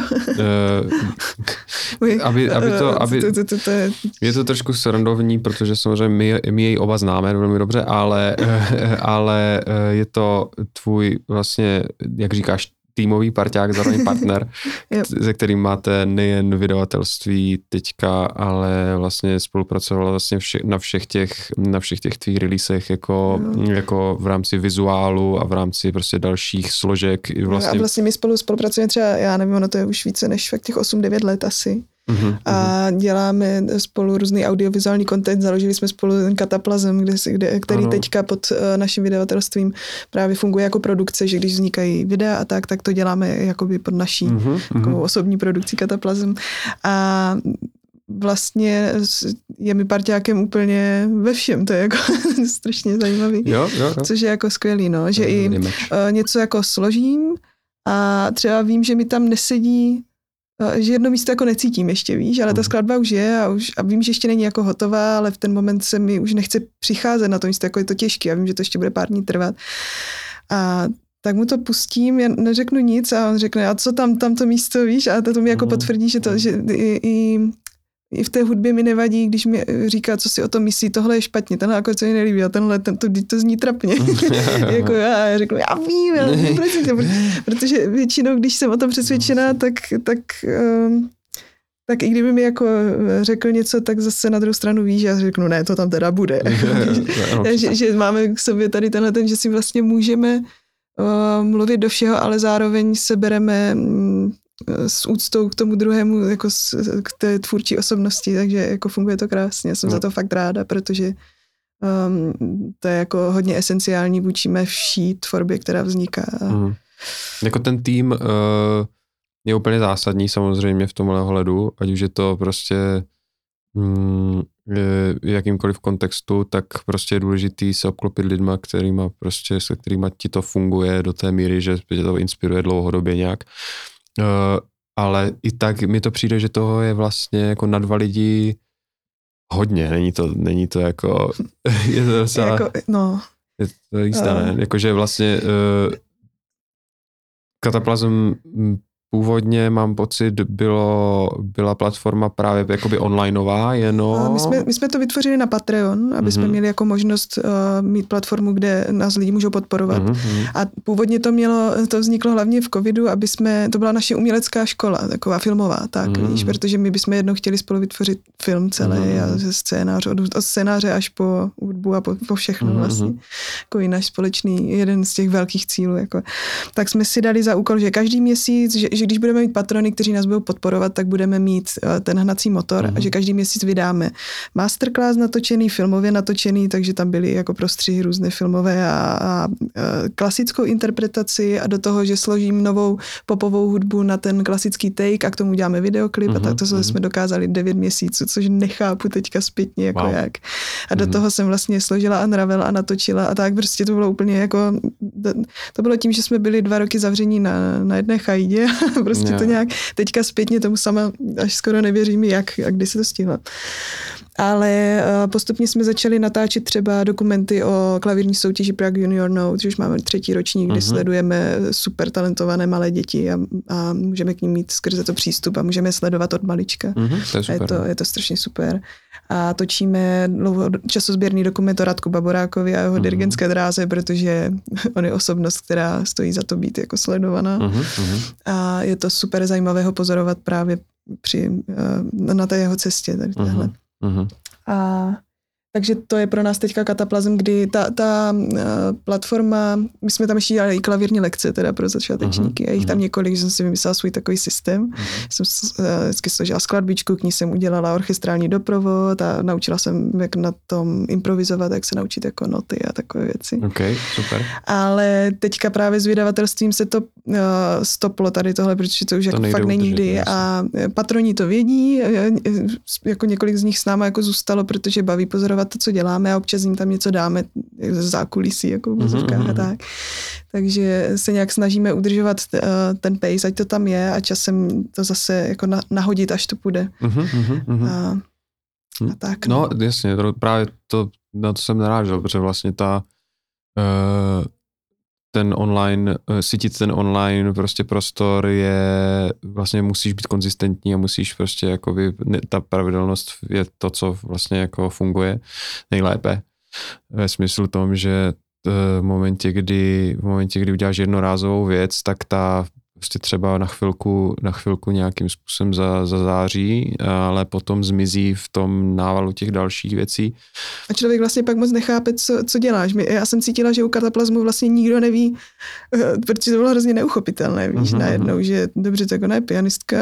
Speaker 1: uh, aby, aby to, aby, to, to, to, to je... je to trošku srandovní, protože samozřejmě my, my jej oba známe velmi dobře, ale, ale je to tvůj vlastně, jak říkáš, týmový parťák, zároveň partner, se kterým máte nejen vydavatelství teďka, ale vlastně spolupracovala vlastně vše, na všech těch, na všech těch tvých releasech jako, jako v rámci vizuálu a v rámci prostě dalších složek. Vlastně...
Speaker 2: A vlastně my spolu spolupracujeme třeba, já nevím, ono to je už více než fakt těch osm devět let asi. Uhum, a uhum. děláme spolu různý audiovizuální content, založili jsme spolu ten Kataplasm, kde, kde, který ano. teďka pod uh, naším vydavatelstvím právě funguje jako produkce, že když vznikají videa a tak, tak to děláme jakoby pod naší uhum, jako uhum. osobní produkcí Kataplasm. A vlastně je mi parťákem úplně ve všem, to je jako strašně zajímavý,
Speaker 1: jo, jo, jo.
Speaker 2: což je jako skvělý, no, že i uh, něco jako složím a třeba vím, že mi tam nesedí že jedno místo jako necítím ještě, víš, ale ta skladba už je a, už, a vím, že ještě není jako hotová, ale v ten moment se mi už nechce přicházet na to místo, jako je to těžké a vím, že to ještě bude pár dní trvat. A tak mu to pustím, já neřeknu nic a on řekne, a co tam, tam to místo, víš, a to, to mi jako potvrdí, že to, že i, i i v té hudbě mi nevadí, když mi říká, co si o tom myslí, tohle je špatně, tenhle akord se mi nelíbí a tenhle, ten, to, to zní trapně. jako já, já řeknu, já vím, já vím protože většinou, když jsem o tom přesvědčená, tak, tak, um, tak i kdyby mi jako řekl něco, tak zase na druhou stranu víš, já řeknu, ne, to tam teda bude. že, že máme k sobě tady tenhle ten, že si vlastně můžeme uh, mluvit do všeho, ale zároveň se bereme um, s úctou k tomu druhému, jako s, k té tvůrčí osobnosti, takže jako funguje to krásně. Jsem no. za to fakt ráda, protože um, to je jako hodně esenciální vůči mé vší tvorbě, která vzniká.
Speaker 1: Mm. Jako ten tým uh, je úplně zásadní samozřejmě v tomhle ohledu, ať už je to prostě mm, v jakýmkoliv kontextu, tak prostě je důležitý se obklopit lidma, kterýma prostě, se kterýma ti to funguje do té míry, že tě to inspiruje dlouhodobě nějak. Uh, ale i tak mi to přijde, že toho je vlastně jako na dva lidi hodně, není to, není to jako, je to docela, jako, no. je to jistá, uh. ne? Jakože vlastně uh, Kataplasm původně, mám pocit, bylo, byla platforma právě jakoby onlineová, jenom.
Speaker 2: My jsme, my jsme to vytvořili na Patreon, aby mm-hmm. jsme měli jako možnost uh, mít platformu, kde nás lidi můžou podporovat. Mm-hmm. A původně to mělo, to vzniklo hlavně v covidu, aby jsme, to byla naše umělecká škola, taková filmová, tak mm-hmm. víš, protože my bychom jednou chtěli spolu vytvořit film celý mm-hmm. a ze scénář, od, od scénáře až po hudbu a po, po všechno mm-hmm. vlastně. Takový náš společný, jeden z těch velkých cílů. Jako. Tak jsme si dali za úkol, že každý měsíc, že, že když budeme mít patrony, kteří nás budou podporovat, tak budeme mít uh, ten hnací motor uh-huh. a že každý měsíc vydáme masterclass natočený, filmově natočený, takže tam byly jako prostřihy různé filmové a, a, a klasickou interpretaci a do toho, že složím novou popovou hudbu na ten klasický take a k tomu děláme videoklip uh-huh. a tak to uh-huh. jsme dokázali devět měsíců, což nechápu teďka zpětně jako wow. jak. A do uh-huh. toho jsem vlastně složila Unravel a natočila a tak prostě to bylo úplně jako, to bylo tím, že jsme byli dva roky zavření na, na jedné chajdě a prostě yeah. to nějak teďka zpětně tomu sama až skoro nevěřím, jak a kdy se to stihlo. Ale postupně jsme začali natáčet třeba dokumenty o klavírní soutěži Prague Junior Note, že už máme třetí ročník, kdy uh-huh. sledujeme super talentované malé děti a, a můžeme k ním mít skrze to přístup a můžeme sledovat od malička.
Speaker 1: Uh-huh, to je, super.
Speaker 2: Je, to, je to strašně super. A točíme dlouho časozběrný dokument o Radku Baborákovi a jeho uh-huh. dirigentské dráze, protože on je osobnost, která stojí za to být jako sledovaná. Uh-huh. A je to super zajímavé ho pozorovat právě při, na té jeho cestě. Tady uh-huh.
Speaker 1: Uh-huh.
Speaker 2: A takže to je pro nás teďka Kataplazm, kdy ta, ta uh, platforma, my jsme tam ještě dělali i klavírní lekce teda pro začátečníky uh-huh. a jich tam několik, že jsem si vymyslela svůj takový systém. Uh-huh. Jsem uh, vždycky složila skladbičku, k ní jsem udělala orchestrální doprovod a naučila jsem, jak na tom improvizovat, jak se naučit jako noty a takové věci.
Speaker 1: Ok, super.
Speaker 2: Ale teďka právě s vydavatelstvím se to uh, stoplo tady tohle, protože to už to jako fakt není kdy a patroni to vědí, jako několik z nich s náma jako zůstalo, protože baví pozorovat to, co děláme a občas jim tam něco dáme z zákulisí, jako v vozovkách mm-hmm. a tak. Takže se nějak snažíme udržovat uh, ten pace, ať to tam je a časem to zase jako na, nahodit, až to půjde. Mm-hmm. A, a tak.
Speaker 1: No, no jasně, to, právě to, na to jsem narážel, protože vlastně ta uh, ten online, sytit ten online prostě prostor je, vlastně musíš být konzistentní a musíš prostě jakoby, ta pravidelnost je to, co vlastně jako funguje nejlépe. Ve smyslu tom, že v momentě, kdy, v momentě, kdy uděláš jednorázovou věc, tak ta prostě třeba na chvilku, na chvilku nějakým způsobem za, zazáří, ale potom zmizí v tom návalu těch dalších věcí.
Speaker 2: A člověk vlastně pak moc nechápe, co, co děláš. Já jsem cítila, že u Kataplazmu vlastně nikdo neví, protože to bylo hrozně neuchopitelné, víš, uh-huh. najednou, že dobře, tak ona je pianistka,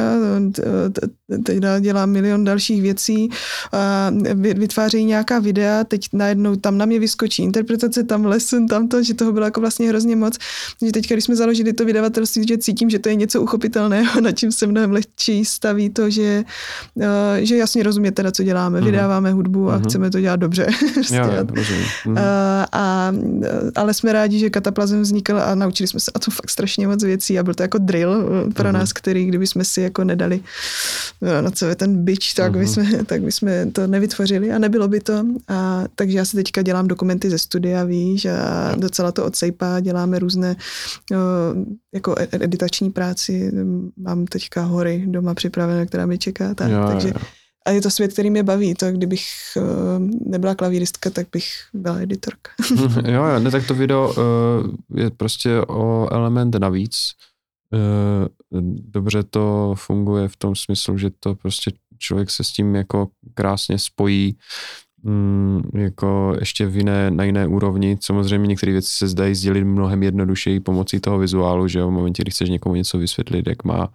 Speaker 2: teď dělá milion dalších věcí, a vytvářejí nějaká videa, teď najednou tam na mě vyskočí interpretace, tam lesson, tam to, že toho bylo jako vlastně hrozně moc, že teďka, když jsme založili to vydavatelství, že cítím, že to je něco uchopitelného, na čím se mnohem lehčí staví to, že, uh, že jasně rozumět teda, co děláme. Mm-hmm. Vydáváme hudbu a mm-hmm. chceme to dělat dobře.
Speaker 1: Já, já, rozumím. Mm-hmm.
Speaker 2: uh, a, ale jsme rádi, že Kataplazm vznikl a naučili jsme se a to fakt strašně moc věcí a byl to jako drill pro mm-hmm. nás, který, kdyby jsme si jako nedali na sebe ten bič, tak, mm-hmm. by jsme, tak by jsme to nevytvořili a nebylo by to. A, takže já si teďka dělám dokumenty ze studia, víš, a docela to odsejpá, děláme různé uh, jako editační práci, mám teďka hory doma připravené, která mi čeká, tak, jo, takže jo. A je to svět, který mě baví, to kdybych uh, nebyla klavíristka, tak bych byla editorka.
Speaker 1: jo, jo, ne, tak to video uh, je prostě o element navíc. Uh, dobře to funguje v tom smyslu, že to prostě člověk se s tím jako krásně spojí, Mm, jako ještě v jiné, na jiné úrovni. Samozřejmě některé věci se zdají sdělit mnohem jednodušeji pomocí toho vizuálu, že jo, v momentě, kdy chceš někomu něco vysvětlit, jak má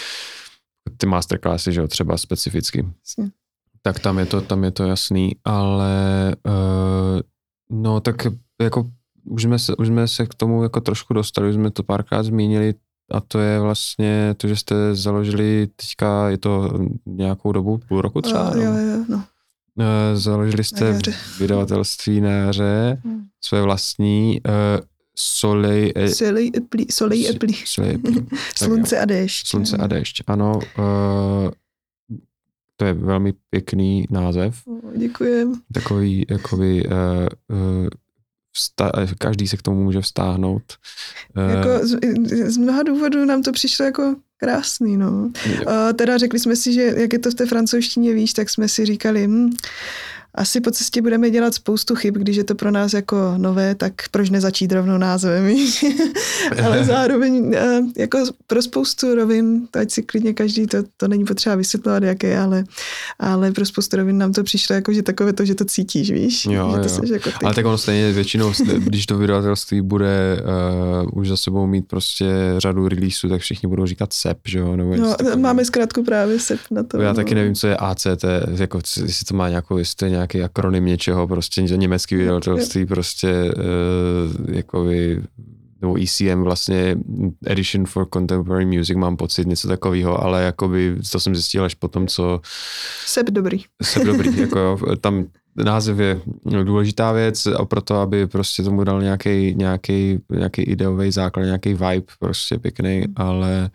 Speaker 1: ty masterclassy, že jo, třeba specificky. Jasně. Tak tam je to, tam je to jasný, ale uh, no tak jako už jsme, se, už jsme se k tomu jako trošku dostali, už jsme to párkrát zmínili a to je vlastně to, že jste založili teďka, je to nějakou dobu, půl roku třeba?
Speaker 2: Uh, jo, jo, no.
Speaker 1: Založili jste vydavatelství na jaře, hmm. své vlastní uh, Soleil et
Speaker 2: Soleil et Pluie. Soleil et Pluie. Slunce a déšť.
Speaker 1: Slunce a déšť, ano. Uh, to je velmi pěkný název.
Speaker 2: Oh, děkujem.
Speaker 1: Takový, jakoby, uh, uh, vsta- každý se k tomu může vztáhnout.
Speaker 2: Uh, jako z, z mnoha důvodů nám to přišlo jako krásný, no. Uh, teda řekli jsme si, že jak je to v té francouzštině, víš, tak jsme si říkali, hm, asi po cestě budeme dělat spoustu chyb, když je to pro nás jako nové, tak proč nezačít rovnou názvem. Ale zároveň jako pro spoustu rovin, to ať si klidně každý, to, to není potřeba vysvětlovat, jaké, ale, ale pro spoustu rovin nám to přišlo jako, že takové to, že to cítíš, víš?
Speaker 1: Jo,
Speaker 2: že to
Speaker 1: jo.
Speaker 2: Seš jako ty.
Speaker 1: Ale tak ono stejně většinou, když to vydavatelství bude uh, už za sebou mít prostě řadu releaseů, tak všichni budou říkat S E P, že jo? Nebo
Speaker 2: no, máme zkrátku právě S E P na to.
Speaker 1: Já
Speaker 2: no.
Speaker 1: taky nevím, co je A C T, jako, jestli to má nějakou, jestli to je nějaký akronym něčeho, prostě německý vydavatelství, prostě uh, jako by, nebo E C M vlastně, Edition for Contemporary Music, mám pocit, něco takového, ale jakoby, to jsem zjistil až potom, co...
Speaker 2: S E P dobrý.
Speaker 1: S E P dobrý, jako jo, tam název je důležitá věc a proto, aby prostě tomu dal nějaký, nějaký, nějaký ideový základ, nějaký vibe, prostě pěkný, ale,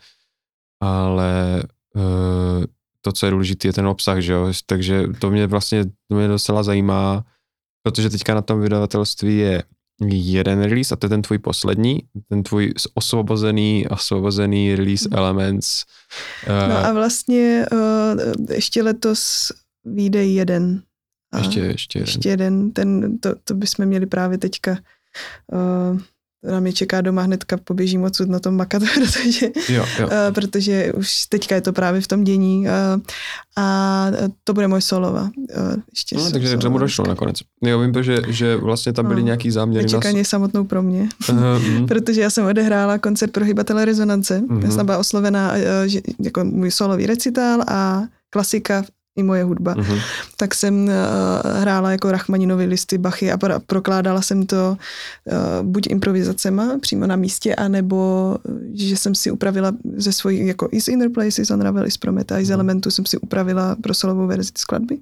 Speaker 1: ale uh, to, co je důležité, je ten obsah, že jo, takže to mě vlastně, to mě docela zajímá, protože teďka na tom vydavatelství je jeden release a to je ten tvůj poslední, ten tvůj osvobozený, osvobozený release Elements.
Speaker 2: Uh, no a vlastně uh, ještě letos vyjde jeden.
Speaker 1: A ještě, ještě jeden.
Speaker 2: Ještě jeden, ten, to, to bychom měli právě teďka, uh, na mě čeká doma hnedka, poběžím odsud na tom makat, protože,
Speaker 1: jo, jo.
Speaker 2: Uh, protože už teďka je to právě v tom dění uh, a to bude moje solova. Uh, ještě
Speaker 1: no, takže tomu došlo nakonec. Jo, vím to, že, že vlastně tam byly no, nějaký záměry.
Speaker 2: Nečekaně nas... samotnou pro mě, uh, protože já jsem odehrála koncert pro Hybatele Rezonance. Uh-huh. Já jsem byla oslovená uh, že, jako můj solový recitál a klasika i moje hudba. Uh-huh. Tak jsem uh, hrála jako Rachmaninovi listy, Bachy a pro, prokládala jsem to uh, buď improvizacema přímo na místě, anebo že jsem si upravila ze svojí, jako i z Inner Places, Unravel, i z Prometa, i z Elementu jsem si upravila pro solovou verzi skladby.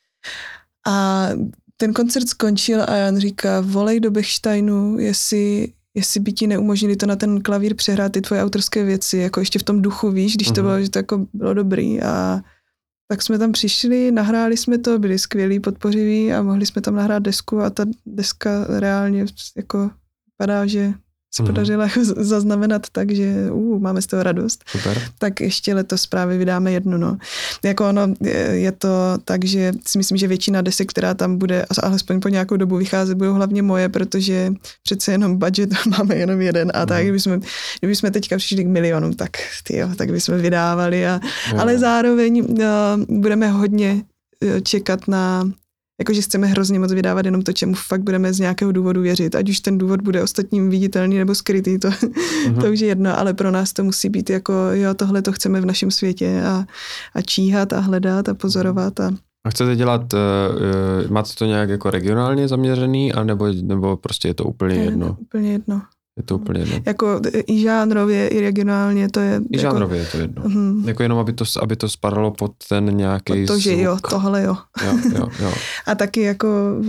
Speaker 2: A ten koncert skončil a Jan říká, volej do Bechsteinu, jestli jestli by ti neumožnili to na ten klavír přehrát ty tvoje autorské věci, jako ještě v tom duchu, víš, když uh-huh. to bylo, že to jako bylo dobrý a tak jsme tam přišli, nahráli jsme to, byli skvělí, podpořiví a mohli jsme tam nahrát desku a ta deska reálně jako vypadá, že se mm. podařilo jako zaznamenat tak, že uh, máme z toho radost.
Speaker 1: Super.
Speaker 2: Tak ještě letos právě vydáme jednu. No. Jako ono, je to tak, že si myslím, že většina desek, která tam bude, alespoň po nějakou dobu vycházet, budou hlavně moje, protože přece jenom budget máme jenom jeden a mm. tak, kdybychom, kdybychom teďka přišli k milionům, tak tyjo, tak bychom vydávali. A, mm. Ale zároveň uh, budeme hodně čekat na jakože chceme hrozně moc vydávat jenom to, čemu fakt budeme z nějakého důvodu věřit. Ať už ten důvod bude ostatním viditelný nebo skrytý, to, uh-huh. to už je jedno, ale pro nás to musí být jako, jo, tohle to chceme v našem světě a, a číhat a hledat a pozorovat. A,
Speaker 1: a chcete dělat, uh, máte to nějak jako regionálně zaměřený, anebo, nebo prostě je to úplně
Speaker 2: je,
Speaker 1: jedno?
Speaker 2: Úplně jedno.
Speaker 1: Je to úplně jedno.
Speaker 2: Jako i žánrově, i regionálně, to je...
Speaker 1: I žánrově
Speaker 2: jako,
Speaker 1: je to jedno.
Speaker 2: Uh-huh.
Speaker 1: Jako jenom, aby to, aby to spadalo pod ten nějaký
Speaker 2: to, že
Speaker 1: zvuk.
Speaker 2: jo, tohle jo.
Speaker 1: jo, jo, jo.
Speaker 2: A taky jako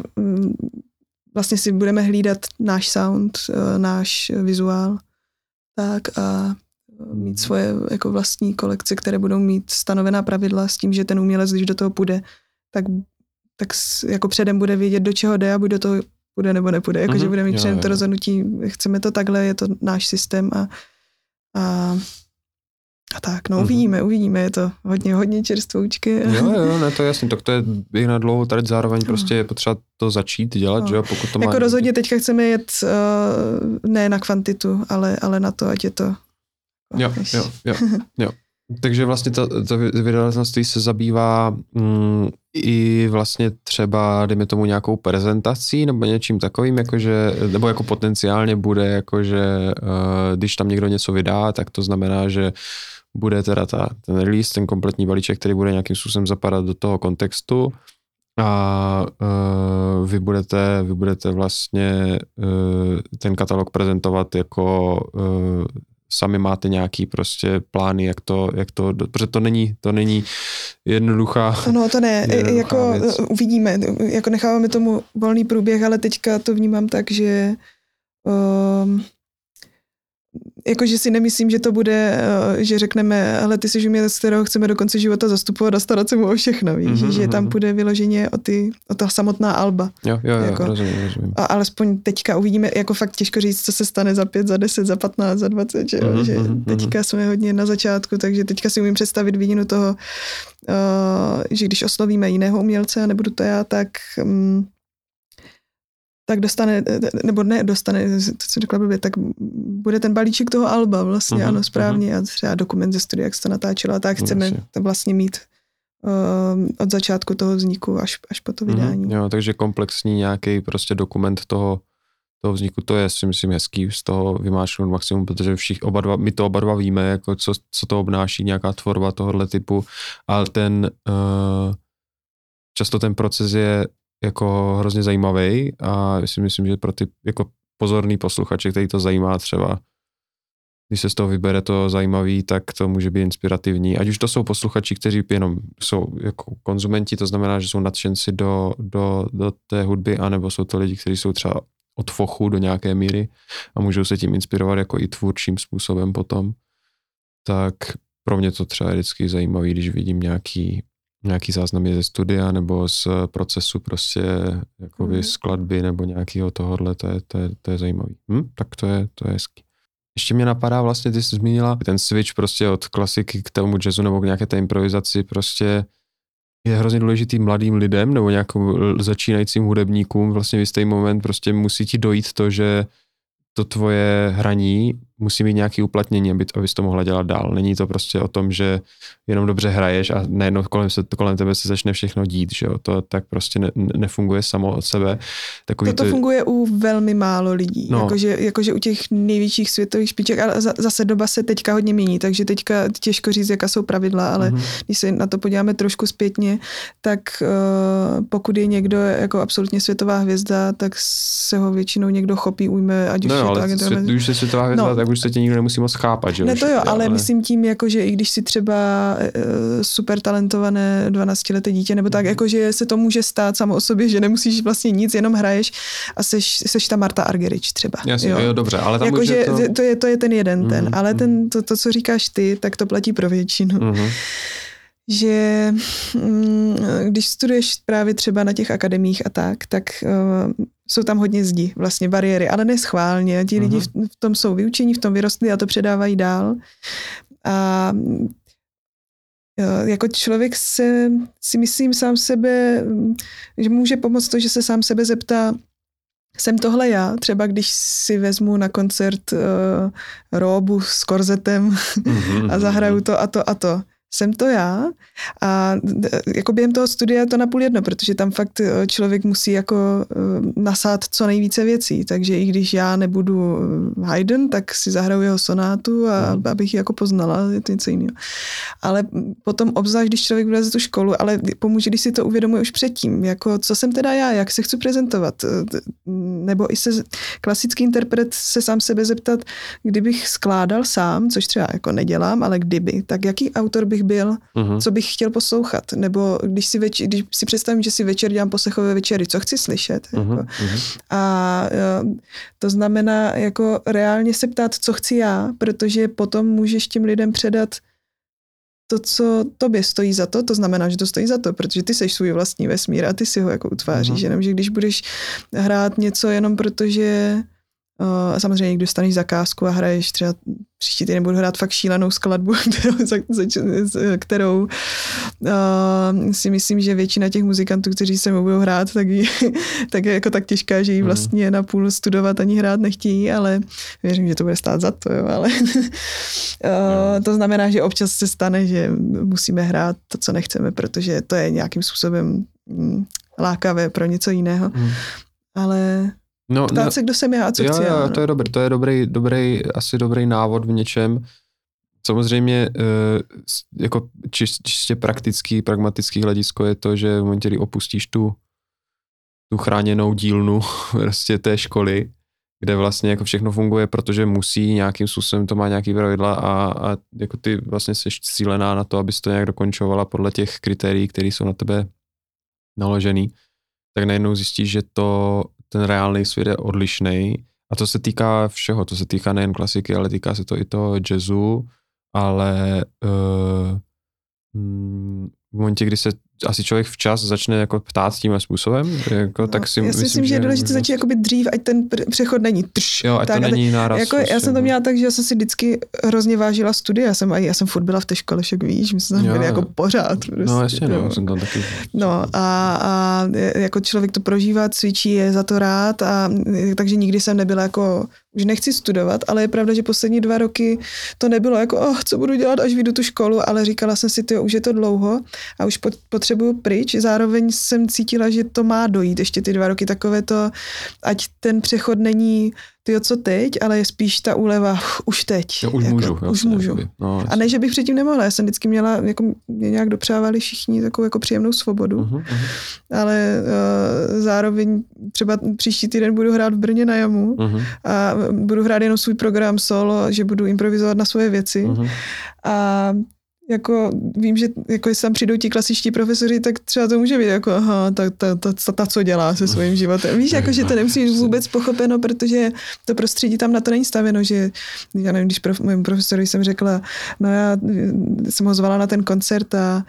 Speaker 2: vlastně si budeme hlídat náš sound, náš vizuál, tak a mít svoje jako vlastní kolekce, které budou mít stanovená pravidla s tím, že ten umělec, když do toho půjde, tak, tak jako předem bude vědět, do čeho jde a bude do toho půjde nebo nepůjde. Jakože mm-hmm. bude mít předem to rozhodnutí, chceme to takhle, je to náš systém a, a, a tak. No mm-hmm. uvidíme, uvidíme, je to hodně, hodně čerstvoučky.
Speaker 1: Jo, jo, ne, to je jasný, tak to je i na dlouhou trať, zároveň no. prostě je potřeba to začít dělat, no. že jo, pokud to má...
Speaker 2: Jako rozhodně teďka chceme jet uh, ne na kvantitu, ale, ale na to, ať je to...
Speaker 1: Jo, jo, jo, jo. Takže vlastně to, to vydavatelství se zabývá mm, i vlastně třeba, dejme tomu, nějakou prezentací nebo něčím takovým, jakože, nebo jako potenciálně bude, jakože uh, když tam někdo něco vydá, tak to znamená, že bude teda ta, ten release, ten kompletní balíček, který bude nějakým způsobem zapadat do toho kontextu a uh, vy, budete, vy budete vlastně uh, ten katalog prezentovat jako... Uh, sami máte nějaký prostě plány, jak to, jak to, protože to není, to není jednoduchá.
Speaker 2: No to ne, jako věc. Uvidíme, jako necháváme tomu volný průběh, ale teďka to vnímám tak, že um, jakože si nemyslím, že to bude, že řekneme, hele, ty jsi umělec, kterého chceme do konce života zastupovat a starat se mu o všechno, víš, mm-hmm. že tam půjde vyloženě o, ty, o ta samotná alba.
Speaker 1: Jo, jo, jo,
Speaker 2: jako,
Speaker 1: rozumím, rozumím.
Speaker 2: A alespoň teďka uvidíme, jako fakt těžko říct, co se stane za pět, za deset, za patnáct, za dvacet, že, mm-hmm, že teďka jsme hodně na začátku, takže teďka si umím představit vidinu toho, uh, že když oslovíme jiného umělce, a nebudu to já, tak... Um, tak dostane, nebo ne dostane, to co řekla blbě, tak bude ten balíček toho alba vlastně, uh-huh, ano, správně, uh-huh. a třeba dokument ze studia, jak se to natáčelo, a tak chceme uh-huh. to vlastně mít uh, od začátku toho vzniku až, až po to vydání.
Speaker 1: Uh-huh. Jo, takže komplexní nějaký prostě dokument toho, toho vzniku, to je si myslím hezký z toho vymáčknout maximum, protože všichni oba dva, my to oba dva víme, jako co, co to obnáší nějaká tvorba tohohle typu, ale ten uh, často ten proces je jako hrozně zajímavý a si myslím, že pro ty jako pozorný posluchače, který to zajímá třeba, když se z toho vybere to zajímavý, tak to může být inspirativní. Ať už to jsou posluchači, kteří jenom jsou jako konzumenti, to znamená, že jsou nadšenci do, do, do té hudby, anebo jsou to lidi, kteří jsou třeba od fochu do nějaké míry a můžou se tím inspirovat jako i tvůrčím způsobem potom. Tak pro mě to třeba je vždycky zajímavý, když vidím nějaký nějaký záznamy ze studia nebo z procesu prostě jakoby skladby nebo nějakého tohohle, to je, to je, to je zajímavý. Hm? Tak to je, to je hezký. Ještě mě napadá vlastně, ty jsi zmínila ten switch prostě od klasiky k tomu jazzu nebo k nějaké té improvizaci prostě je hrozně důležitý mladým lidem nebo nějakým začínajícím hudebníkům. Vlastně v jistý moment prostě musí ti dojít to, že to tvoje hraní musí mít nějaké uplatnění, aby abys to mohla dělat dál. Není to prostě o tom, že jenom dobře hraješ a najednou kolem, se, kolem tebe se začne všechno dít, že jo? To tak prostě ne, nefunguje samo od sebe. Takový
Speaker 2: Toto
Speaker 1: to
Speaker 2: funguje u velmi málo lidí, no. jakože, jakože u těch největších světových špiček, ale zase doba se teďka hodně mění, takže teďka těžko říct, jaká jsou pravidla, ale mm-hmm. když se na to podíváme trošku zpětně, tak uh, pokud je někdo jako absolutně světová hvězda, tak se ho většinou někdo chopí, ujme, ať už
Speaker 1: no,
Speaker 2: je to
Speaker 1: ale
Speaker 2: agentura.
Speaker 1: Svět, když je světová hvězda, no. tak už se tě nikdo nemusí moc chápat, že jo?
Speaker 2: Ne to jo, ale, ale myslím tím, jako, že i když si třeba uh, super talentované dvanáctileté dítě, nebo tak, mm-hmm. jako, že se to může stát samo o sobě, že nemusíš vlastně nic, jenom hraješ a seš, seš ta Marta Argerich třeba.
Speaker 1: Jasně, jo. jo, dobře, ale tam
Speaker 2: jako,
Speaker 1: může
Speaker 2: že
Speaker 1: to...
Speaker 2: to je, to je ten jeden mm-hmm. ten, ale
Speaker 1: mm-hmm.
Speaker 2: ten, to, to, co říkáš ty, tak to platí pro většinu. Mm-hmm. Že mm, když studuješ právě třeba na těch akademiích a tak, tak uh, jsou tam hodně zdi, vlastně bariéry, ale neschválně. Ti uh-huh. lidi v, v tom jsou vyučení, v tom vyrostli a to předávají dál. A uh, jako člověk se, si myslím sám sebe, že může pomoct to, že se sám sebe zeptá, jsem tohle já, třeba když si vezmu na koncert uh, róbu s korzetem uh-huh. a zahraju to a to a to. Jsem to já a jako během toho studia je to napůl jedno, protože tam fakt člověk musí jako nasát co nejvíce věcí, takže i když já nebudu Haydn, tak si zahraju jeho sonátu a mm. abych ji jako poznala, je to něco jiného. Ale potom obzvlášť, když člověk vleze tu školu, ale pomůže, když si to uvědomuje už předtím, jako co jsem teda já, jak se chci prezentovat, nebo i se klasický interpret se sám sebe zeptat, kdybych skládal sám, což třeba jako nedělám, ale kdyby, tak jaký autor bych byl, uh-huh. co bych chtěl poslouchat, nebo když si, več- když si představím, že si večer dělám poslechové večery, co chci slyšet. Uh-huh. Jako. Uh-huh. A jo, to znamená jako reálně se ptát, co chci já, protože potom můžeš těm lidem předat to, co tobě stojí za to, to znamená, že to stojí za to, protože ty seš svůj vlastní vesmír a ty si ho jako utváříš, uh-huh. jenom, že když budeš hrát něco jenom protože Uh, samozřejmě, když dostaneš zakázku a hraješ třeba příští týden budu hrát fakt šílenou skladbu, kterou, za, za, kterou uh, si myslím, že většina těch muzikantů, kteří se mnou budou hrát, tak, jí, tak je jako tak těžká, že ji vlastně na půl studovat ani hrát nechtějí, ale věřím, že to bude stát za to, jo, ale uh, to znamená, že občas se stane, že musíme hrát to, co nechceme, protože to je nějakým způsobem mm, lákavé pro něco jiného. Hmm. Ale
Speaker 1: No,
Speaker 2: ptát se, kdo jsem já a co
Speaker 1: jo,
Speaker 2: chci
Speaker 1: jo,
Speaker 2: já.
Speaker 1: To je dobrý, to je dobrý, dobrý, asi dobrý návod v něčem. Samozřejmě jako čistě praktický, pragmatický hledisko je to, že v momentě, kdy opustíš tu, tu chráněnou dílnu prostě té školy, kde vlastně jako všechno funguje, protože musí nějakým způsobem, to má nějaký pravidla a, a jako ty vlastně jsi cílená na to, abys to nějak dokončovala podle těch kritérií, které jsou na tebe naložený, tak najednou zjistíš, že to ten reálný svět je odlišnej A to se týká všeho, to se týká nejen klasiky, ale týká se to i toho jazzu, ale uh, v momentě, kdy se asi člověk včas začne jako ptát tímhle způsobem, jako, no,
Speaker 2: tak si já si myslím, myslím že je důležité začít jakoby dřív, ať ten přechod není trš.
Speaker 1: Jo, ať
Speaker 2: tak,
Speaker 1: to není náraz.
Speaker 2: Jako, já jsem to měla tak, že já jsem si vždycky hrozně vážila studia. Já jsem, já jsem furt byla v té škole, však víš, my jsme tam byli jako pořád. Prostě,
Speaker 1: no jasně, no, jsem tam taky.
Speaker 2: No a, a jako člověk to prožívá, cvičí, je za to rád a takže nikdy jsem nebyla jako, už nechci studovat, ale je pravda, že poslední dva roky to nebylo jako, oh, co budu dělat, až vyjdu tu školu, ale říkala jsem si, tyjo, už je to dlouho a už potřebuju pryč. Zároveň jsem cítila, že to má dojít ještě ty dva roky, takové to, ať ten přechod není tyjo, co teď, ale je spíš ta úleva uh, už teď.
Speaker 1: Jo, už
Speaker 2: jako,
Speaker 1: můžu.
Speaker 2: Už
Speaker 1: jasně,
Speaker 2: můžu.
Speaker 1: No,
Speaker 2: a ne, že bych předtím nemohla, já jsem vždycky měla, jako mě nějak dopřávali všichni takovou jako příjemnou svobodu, uh-huh, uh-huh. ale uh, zároveň třeba příští týden budu hrát v Brně na jamu uh-huh. a budu hrát jenom svůj program solo, že budu improvizovat na svoje věci uh-huh. a jako vím, že jako jestli tam přijdou ti klasičtí profesoři, tak třeba to může být jako, aha, ta, ta, ta, ta, ta co dělá se svým životem. Víš, jako, že to nemusí být vůbec pochopeno, protože to prostředí tam na to není stavěno, že já nevím, když prof, mému profesorovi jsem řekla, no já jsem ho zvala na ten koncert a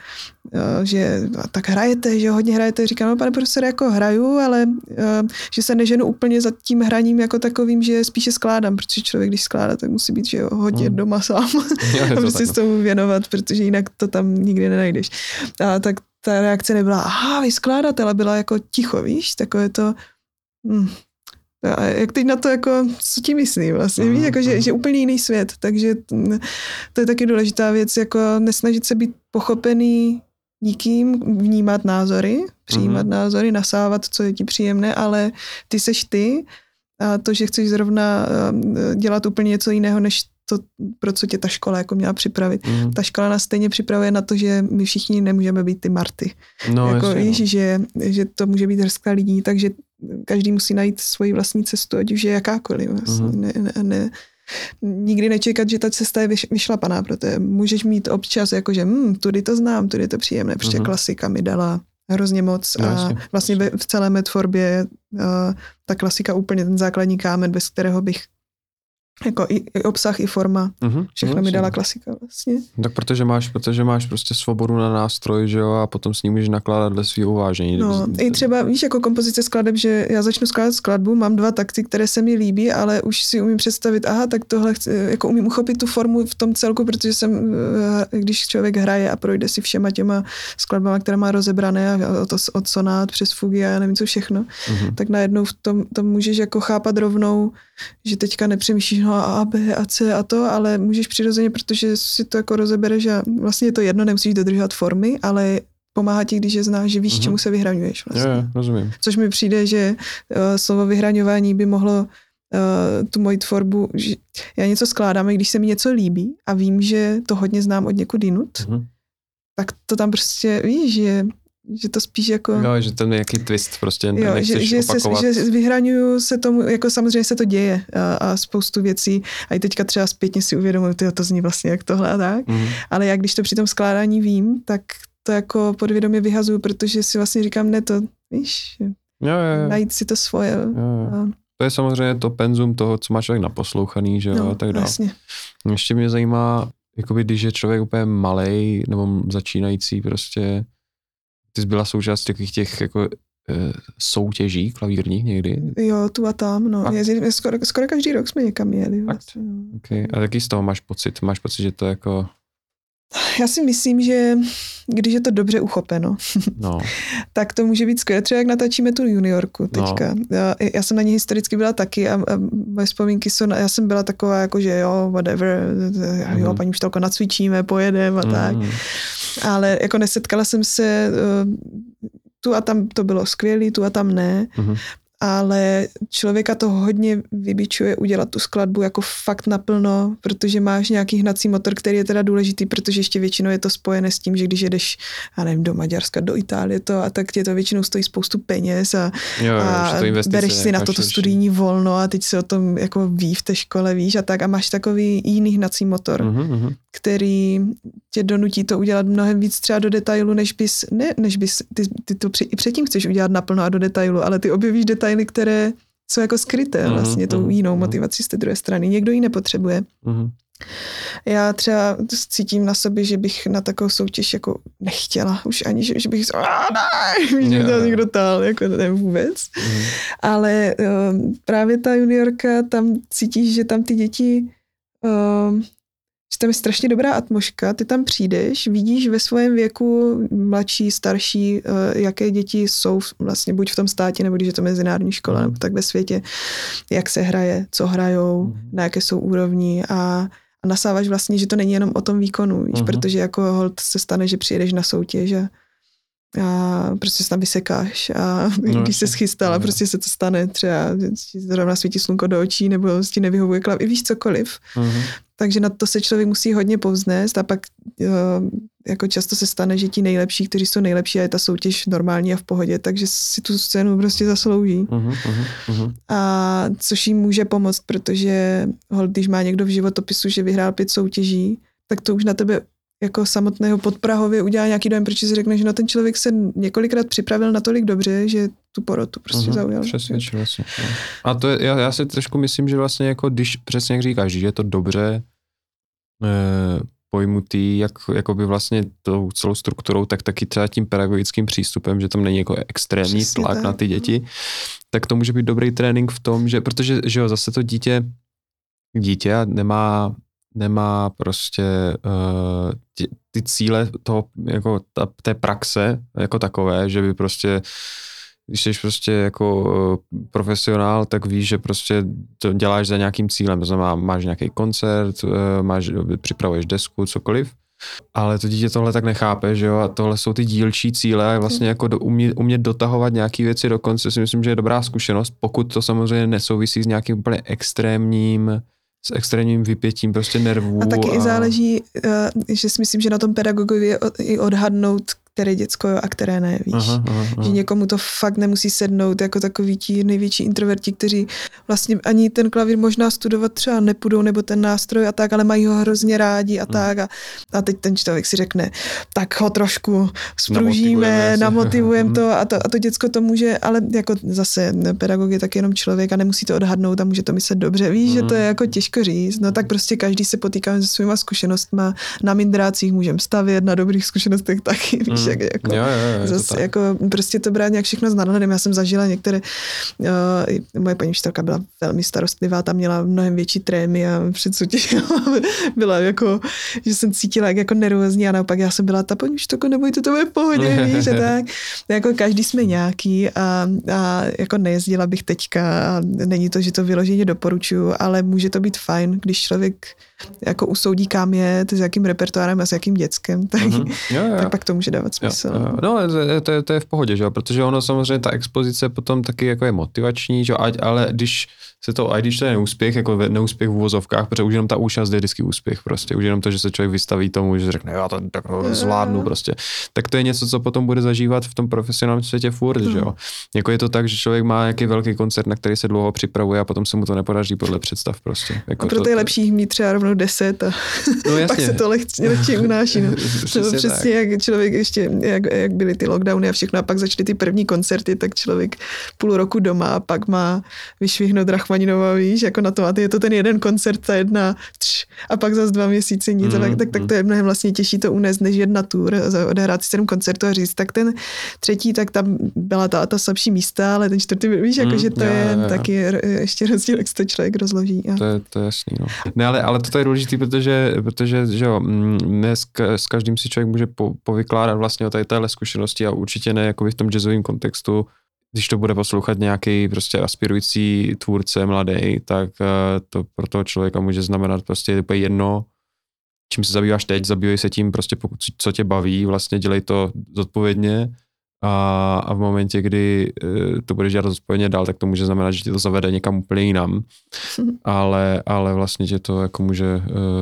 Speaker 2: že tak hrajete, že hodně hrajete. Říkám, no pane profesore, jako hraju, ale že se neženu úplně za tím hraním jako takovým, že spíše skládám, protože člověk, když skládá, tak musí být, že jo, hodně hmm. doma sám a prostě s tomu věnovat, protože jinak to tam nikdy nenajdeš. A tak ta reakce nebyla, aha, vy skládáte, ale byla jako ticho, víš, takové to, hm. A jak teď na to, jako, co ti myslím vlastně, mm, víš, jako, že, mm. že úplně jiný svět, takže to je taky důležitá věc, jako nesnažit se být pochopený nikým, vnímat názory, přijímat mm. názory, nasávat, co je ti příjemné, ale ty seš ty a to, že chceš zrovna dělat úplně něco jiného, než to, pro co tě ta škola jako měla připravit. Mm. Ta škola nás stejně připravuje na to, že my všichni nemůžeme být ty Marty. No, jako, jasně, víš, no. že, že to může být hrstka lidí, takže každý musí najít svoji vlastní cestu, ať už je jakákoliv. Vlastně. Mm. Ne, ne, ne, nikdy nečekat, že ta cesta je vyš, vyšlapaná, protože můžeš mít občas jako, že hm, tudy to znám, tudy to příjemné, protože mm. klasika mi dala hrozně moc no, a vlastně ve, v celé mé tvorbě uh, ta klasika úplně ten základní kámen, bez kterého bych jako i, i obsah, i forma, mm-hmm, všechno mi dala klasika vlastně.
Speaker 1: Tak protože máš, protože máš prostě svobodu na nástroj, že jo, a potom s ním můžeš nakládat dle svého uvážení.
Speaker 2: No, i třeba, víš, jako kompozice skladeb, že já začnu skládat skladbu, mám dva takty, které se mi líbí, ale už si umím představit, aha, tak tohle, chci, jako umím uchopit tu formu v tom celku, protože jsem, když člověk hraje a projde si všema těma skladbama, které má rozebrané, od, od sonát přes fugy a já nevím co všechno, mm-hmm. tak najednou v tom, tom můžeš jako chápat rovnou, že teďka nepřemýšlíš no A, B a C a to, ale můžeš přirozeně, protože si to jako rozebereš a vlastně je to jedno, nemusíš dodržovat formy, ale pomáhá ti, když je znáš, že víš, mm-hmm. čemu se vyhraňuješ vlastně.
Speaker 1: Jo, rozumím.
Speaker 2: Což mi přijde, že uh, slovo vyhraňování by mohlo uh, tu moji tvorbu, že já něco skládám, když se mi něco líbí a vím, že to hodně znám od někud jinut, mm-hmm. tak to tam prostě víš, že že to spíš jako...
Speaker 1: Jo, že ten nějaký twist prostě
Speaker 2: jo,
Speaker 1: nechceš
Speaker 2: že,
Speaker 1: opakovat.
Speaker 2: Že, že vyhraňuju se tomu, jako samozřejmě se to děje a, a spoustu věcí a i teďka třeba zpětně si uvědomuji, tyjo, to zní vlastně jak tohle a tak, mm. ale já když to při tom skládání vím, tak to jako podvědomě vyhazuju, protože si vlastně říkám, ne to, víš,
Speaker 1: jo, jo, jo.
Speaker 2: najít si to svoje.
Speaker 1: Jo, jo.
Speaker 2: A...
Speaker 1: To je samozřejmě to penzum toho, co má člověk naposlouchaný, že jo,
Speaker 2: no,
Speaker 1: a tak dále.
Speaker 2: Vlastně.
Speaker 1: Ještě mě zajímá, jakoby když je člověk úplně malej nebo začínající prostě. Ty jsi byla součást takových těch jako e, soutěží klavírních někdy?
Speaker 2: Jo, tu a tam, no. Je, skoro, skoro každý rok jsme někam jeli. Vlastně, no.
Speaker 1: Okay. A jaký z toho máš pocit? Máš pocit, že to jako...
Speaker 2: Já si myslím, že když je to dobře uchopeno, no. tak to může být skvělé. Třeba jak natáčíme tu juniorku teďka. No. Já, já jsem na ní historicky byla taky a, a moje vzpomínky jsou, já jsem byla taková jako, že jo, whatever, mm. jo, paní učitelko, nacvičíme, pojedeme a mm. tak. Ale jako nesetkala jsem se, tu a tam to bylo skvělý, tu a tam ne. Mm. Ale člověka to hodně vybičuje udělat tu skladbu jako fakt naplno, protože máš nějaký hnací motor, který je teda důležitý, protože ještě většinou je to spojené s tím, že když jedeš, já nevím, do Maďarska, do Itálie to a tak tě to většinou stojí spoustu peněz a,
Speaker 1: jo, jo,
Speaker 2: a bereš si na to to studijní volno a teď se o tom jako ví v té škole, víš, a tak a máš takový jiný hnací motor, uh-huh. který tě donutí to udělat mnohem víc třeba do detailu, než bys, ne, než bys, ty, ty to při, i předtím chceš udělat naplno a do detailu, ale ty objevíš detaily, které jsou jako skryté vlastně tou jinou motivací z té druhé strany. Někdo ji nepotřebuje. Mm-hmm. Já třeba cítím na sobě, že bych na takovou soutěž jako nechtěla už ani, že, že bych ne, že mě někdo tál, jako ne vůbec. Mm. Ale um, právě ta juniorka, tam cítíš, že tam ty děti, um, že tam je strašně dobrá atmosféra, ty tam přijdeš, vidíš ve svém věku mladší, starší, uh, jaké děti jsou vlastně buď v tom státě, nebo když je to mezinárodní škola, mm. nebo tak ve světě, jak se hraje, co hrajou, mm. na jaké jsou úrovni a A nasáváš vlastně, že to není jenom o tom výkonu, víš, uh-huh. protože jako hold se stane, že přijedeš na soutěž a, a prostě se tam vysekáš a no, když se schystal a prostě se to stane, třeba zrovna svítí slunko do očí nebo ti nevyhovuje klav, víš cokoliv. Uh-huh. Takže na to se člověk musí hodně povznést a pak jako často se stane, že ti nejlepší, kteří jsou nejlepší a je ta soutěž normální a v pohodě, takže si tu scénu prostě zaslouží. Uh-huh, uh-huh. A což jim může pomoct, protože hold, když má někdo v životopisu, že vyhrál pět soutěží, tak to už na tebe jako samotného podprahově udělá nějaký dojem, protože si řekne, že no ten člověk se několikrát připravil natolik dobře, že tu porotu prostě uh-huh, zaujal.
Speaker 1: Přesně, vlastně. A to je, já, já si trošku myslím, že vlastně jako když přesně jak říkáš, že je to dobře eh, pojmutý, jak jakoby vlastně tou celou strukturou, tak taky třeba tím pedagogickým přístupem, že tam není jako extrémní přesně tlak tak na ty děti, tak to může být dobrý trénink v tom, že, protože že jo, zase to dítě dítě nemá nemá prostě uh, ty, ty cíle toho, jako ta, té praxe jako takové, že by prostě, když jsi prostě jako uh, profesionál, tak víš, že prostě to děláš za nějakým cílem, to znamená, máš nějaký koncert, uh, máš, připravuješ desku, cokoliv, ale to dítě tohle tak nechápe, že jo, a tohle jsou ty dílčí cíle a vlastně jako do, umět, umět dotahovat nějaký věci do konce, si myslím, že je dobrá zkušenost, pokud to samozřejmě nesouvisí s nějakým úplně extrémním s extrémním vypětím prostě nervů.
Speaker 2: A taky a... i záleží, že si myslím, že na tom pedagogovi je i odhadnout, které děcko a které ne, víš. Aha, aha, aha. Že někomu to fakt nemusí sednout, jako takový ti největší introverti, kteří vlastně ani ten klavír možná studovat třeba nepůjdou, nebo ten nástroj a tak, ale mají ho hrozně rádi a hmm. tak. A, a teď ten člověk si řekne, tak ho trošku spružíme, namotivujeme to a, to a to děcko to může, ale jako zase pedagog je tak jenom člověk a nemusí to odhadnout a může to myslet dobře. Víš, hmm. že to je jako těžko říct. No tak prostě každý se potýká se svýma zkušenostma. Na mindrácích můžeme stavět, na dobrých zkušenostech taky, víš. Hmm. Jak, jako,
Speaker 1: jo, jo, jo,
Speaker 2: zase, jako, prostě to brát nějak všechno s nadhledem. Já jsem zažila některé, uh, moje paní učitelka byla velmi starostlivá, tam měla mnohem větší trémy a před soutěží byla jako, že jsem cítila jak jako nervózní a naopak já jsem byla ta paní učitelko, nebojte, to bude v pohodě, víš, a tak. Jako každý jsme nějaký a, a jako nejezdila bych teďka a není to, že to vyloženě doporučuju, ale může to být fajn, když člověk jako usoudí, kam je, s jakým repertoárem a s jakým dětskem, tak, mm-hmm. jo, jo. tak pak to může dávat smysl.
Speaker 1: Jo, jo. No, to je, to je v pohodě, že jo? Protože ono samozřejmě ta expozice potom taky jako je motivační, že jo? Ale když se to, a když to je neúspěch, jako neúspěch v uvozovkách, protože už jenom ta účast je vždycky úspěch prostě, už jenom to, že se člověk vystaví tomu, že řekne, já to tak zvládnu prostě, tak to je něco, co potom bude zažívat v tom profesionálním světě furt, mm. že jo. Jako je to tak, že člověk má nějaký velký koncert, na který se dlouho připravuje a potom se mu to nepodaří podle představ prostě. Jako
Speaker 2: a proto
Speaker 1: to,
Speaker 2: je lepší mít třeba rovnou deset a no, pak se to lehčí, lehčí unáší. No. Přesně, přesně jak člověk ještě, jak, jak byly ty lockdowny a všechno a pak začaly ty první koncerty, tak člověk půl roku doma a pak má vyšvihnout Rachmaninova, víš, jako na to a je to ten jeden koncert, ta jedna tř, a pak zase dva měsíce nic, mm, tak, tak, tak to je mnohem vlastně těžší to unést, než jedna tour, odehrát si sedm koncertů a říct, tak ten třetí, tak tam byla ta, ta slabší místa, ale ten čtvrtý, víš, jako, mm, že to já, je já. taky ještě rozdíl, jak se to člověk rozloží. A...
Speaker 1: To, je, to je jasný, no. Ne, ale, ale to je důležitý, protože, protože že jo, dnes s každým si člověk může po, povykládat vlastně o tady téhle zkušenosti a určitě ne jako v tom jazzovém kontextu, když to bude poslouchat nějaký prostě aspirující tvůrce mladý, tak to pro toho člověka může znamenat prostě úplně jedno, čím se zabýváš teď, zabývej se tím prostě, pokud, co tě baví, vlastně dělej to zodpovědně a, a v momentě, kdy to budeš dělat zodpovědně dál, tak to může znamenat, že tě to zavede někam úplně jinam, ale, ale vlastně tě to jako může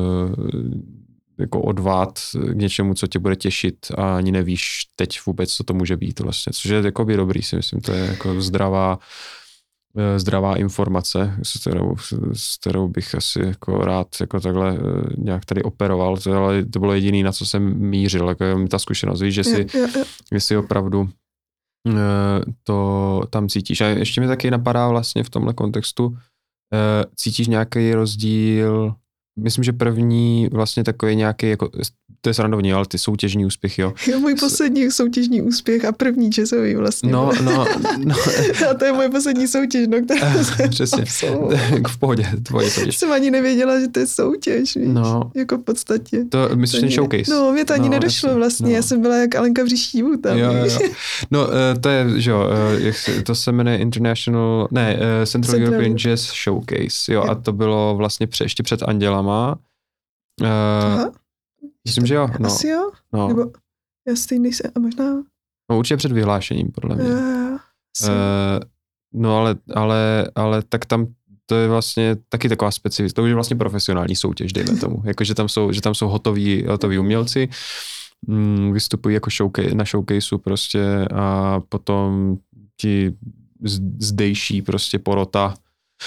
Speaker 1: jako odvát k něčemu, co tě bude těšit a ani nevíš teď vůbec, co to může být vlastně, což je jako by dobrý, si myslím, to je jako zdravá, zdravá informace, s kterou, s kterou bych asi jako rád jako takhle nějak tady operoval, to, ale to bylo jediný, na co jsem mířil, jako ta zkušenost, víš, že si, že si opravdu to tam cítíš. A ještě mi taky napadá vlastně v tomhle kontextu, cítíš nějaký rozdíl, myslím, že první vlastně takový nějaký, jako, to je srandovní, ale ty soutěžní úspěchy, jo.
Speaker 2: Jo, můj poslední soutěžní úspěch a první jazzový vlastně.
Speaker 1: No, no, no.
Speaker 2: A to je moje poslední soutěž, no, kterou jsem
Speaker 1: přesně, v pohodě, tvoje soutěž.
Speaker 2: Jsem ani nevěděla, že to je soutěž, víš, no, jako v podstatě.
Speaker 1: To myslíš ten showcase?
Speaker 2: No, mě to ani no, nedošlo jasně, vlastně, no. Já jsem byla jak Alenka v Říštívu tam.
Speaker 1: Jo, jo. No, to je, že jo, to se jmenuje International, ne, Central, Central European Jazz Showcase, jo, a to bylo vlastně pře, ještě před Andělama.
Speaker 2: Aha.
Speaker 1: Myslím, že jo. No.
Speaker 2: Asi jo? No. Nebo já stejný se, a možná...
Speaker 1: No určitě před vyhlášením, podle mě.
Speaker 2: Uh,
Speaker 1: uh, no ale, ale, ale tak tam to je vlastně taky taková specifická, to už je vlastně profesionální soutěž, dejme tomu. Jako, že tam jsou, že tam jsou hotoví, hotoví umělci, mm, vystupují jako showcase, na showcaseu prostě a potom ti zdejší prostě porota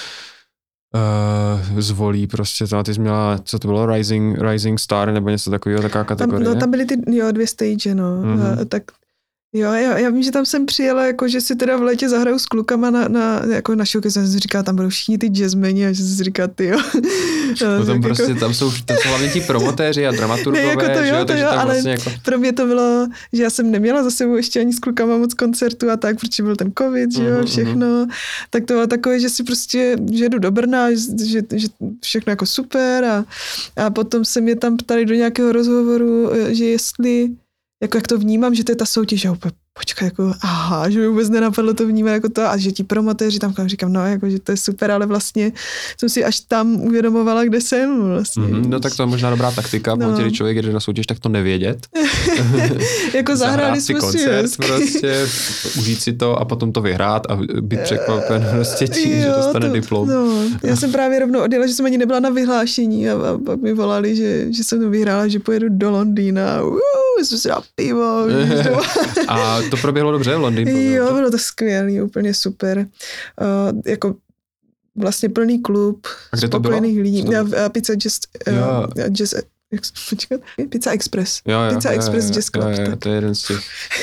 Speaker 1: Uh, zvolí prostě, to ty jsi měla, co to bylo, Rising, Rising Star nebo něco takového, taková kategorie?
Speaker 2: Tam, no, tam byly ty, jo, dvě stage, no, mm-hmm. tak jo, já, já vím, že tam jsem přijela, jako, že si teda v létě zahraju s klukama na, na, jako na showcase, jsem si říkala, tam budou všichni ty jazzmeni a že jsem si říkala, ty jo.
Speaker 1: No tam prostě, jako... tam jsou, tam jsou hlavně ti promotéři a dramaturgové,
Speaker 2: ne, jako to,
Speaker 1: že
Speaker 2: jo,
Speaker 1: jo,
Speaker 2: to jo, ale
Speaker 1: vlastně jako...
Speaker 2: pro mě to bylo, že já jsem neměla za sebou ještě ani s klukama moc koncertu a tak, protože byl ten covid, že jo, všechno, mm-hmm. tak to bylo takové, že si prostě, že jdu do Brna, že, že všechno jako super a, a potom se mě tam ptali do nějakého rozhovoru, že jestli jako jak to vnímám, že to je ta soutěž, a úplně počkej, jako aha, že mi vůbec nenapadlo to vnímat jako to a že ti promotéři tam říkám, no jako, že to je super, ale vlastně jsem si až tam uvědomovala, kde jsem vlastně.
Speaker 1: Mm-hmm, no tak to je možná dobrá taktika, no. Pokud člověk jde na soutěž, tak to nevědět.
Speaker 2: Jako zahráli jsme
Speaker 1: si koncert, prostě, užít si to a potom to vyhrát a být překvapen prostě tím, jo, že dostane to, diplom.
Speaker 2: No, já jsem právě rovnou odjela, že jsem ani nebyla na vyhlášení a, a pak mi volali, že, že jsem to vyhrála, že pojedu do Londýna. Uuu, jsem si dala pivo.
Speaker 1: A to proběhlo dobře v Londýnu?
Speaker 2: Jo, bylo to skvělý, úplně super. Uh, jako vlastně plný klub, spokojených lidí. To bylo? Pizza Jazz, uh, jazz počkat, Pizza Express.
Speaker 1: Jo, jo,
Speaker 2: Pizza
Speaker 1: jo,
Speaker 2: Express
Speaker 1: jo,
Speaker 2: Jazz Club.
Speaker 1: Jo, jo, to je jeden z těch.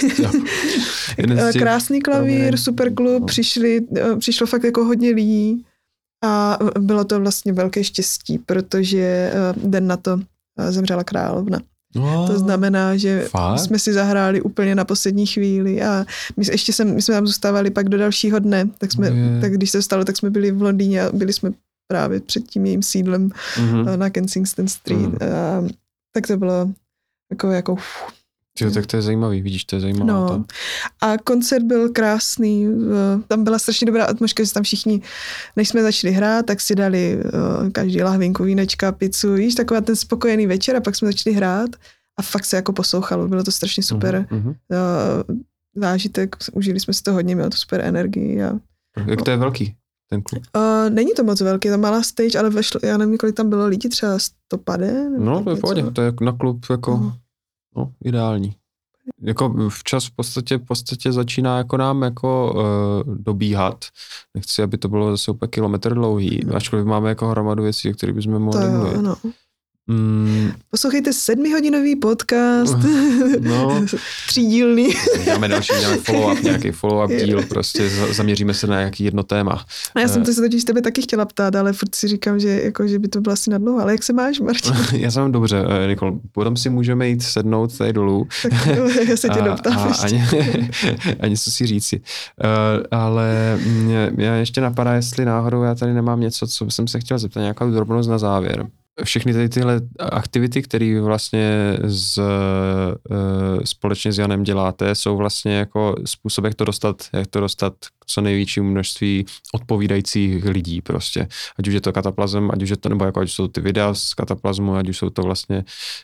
Speaker 1: jeden
Speaker 2: z těch Krásný klavír, pro super klub, no. přišli, přišlo fakt jako hodně lidí a bylo to vlastně velké štěstí, protože den na to zemřela královna.
Speaker 1: No,
Speaker 2: to znamená, že
Speaker 1: fakt?
Speaker 2: jsme si zahráli úplně na poslední chvíli a my ještě jsem, my jsme tam zůstávali pak do dalšího dne, tak, jsme, je. tak když se stalo, tak jsme byli v Londýně a byli jsme právě před tím jejím sídlem mm-hmm. na Kensington Street. Mm-hmm. A, tak to bylo jako, jako uf.
Speaker 1: Jo, tak to je zajímavý, vidíš, to je zajímavé.
Speaker 2: No. A koncert byl krásný, tam byla strašně dobrá atmosféra, že tam všichni, než jsme začali hrát, tak si dali každý lahvinku vínečka, pizzu, víš, taková ten spokojený večer a pak jsme začali hrát a fakt se jako poslouchalo, bylo to strašně super uh-huh. zážitek, užili jsme si to hodně, mělo to super energii. A,
Speaker 1: jak to je velký, ten klub?
Speaker 2: Uh, není to moc velký, to malá stage, ale vešlo, já nevím, kolik tam bylo lidí, třeba sto padesát.
Speaker 1: No, to je v pohodě, to je na klub jako... Uh-huh. No, ideální. Jako včas v podstatě, v podstatě začíná jako nám jako uh, dobíhat. Nechci, aby to bylo zase úplně kilometr dlouhý, no. Ačkoliv máme jako hromadu věcí, o kterých bychom mohli mluvit.
Speaker 2: No. Mm. Poslouchejte sedmihodinový podcast. No. Třídílný.
Speaker 1: Dáme další, dáme follow-up, nějaký follow-up díl, prostě zaměříme se na nějaký jedno téma.
Speaker 2: A já jsem to se totiž tebe taky chtěla ptát, ale furt si říkám, že, jako, že by to bylo asi nadlouho. Ale jak se máš, Martin?
Speaker 1: Já jsem dobře, Nikol. Potom si můžeme jít sednout tady dolů.
Speaker 2: Tak já se tě doptám ještě.
Speaker 1: Ani, ani co si říci. Uh, ale mě, mě ještě napadá, jestli náhodou já tady nemám něco, co jsem se chtěl zeptat, nějaká drobnost na závěr. Všechny tady tyhle aktivity, které vlastně z, uh, společně s Janem děláte, jsou vlastně jako způsob, jak to dostat, jak to dostat k co největšímu množství odpovídajících lidí prostě. Ať už je to Kataplazm, ať už je to, nebo jako ať jsou ty videa z Kataplazmu, ať už jsou to vlastně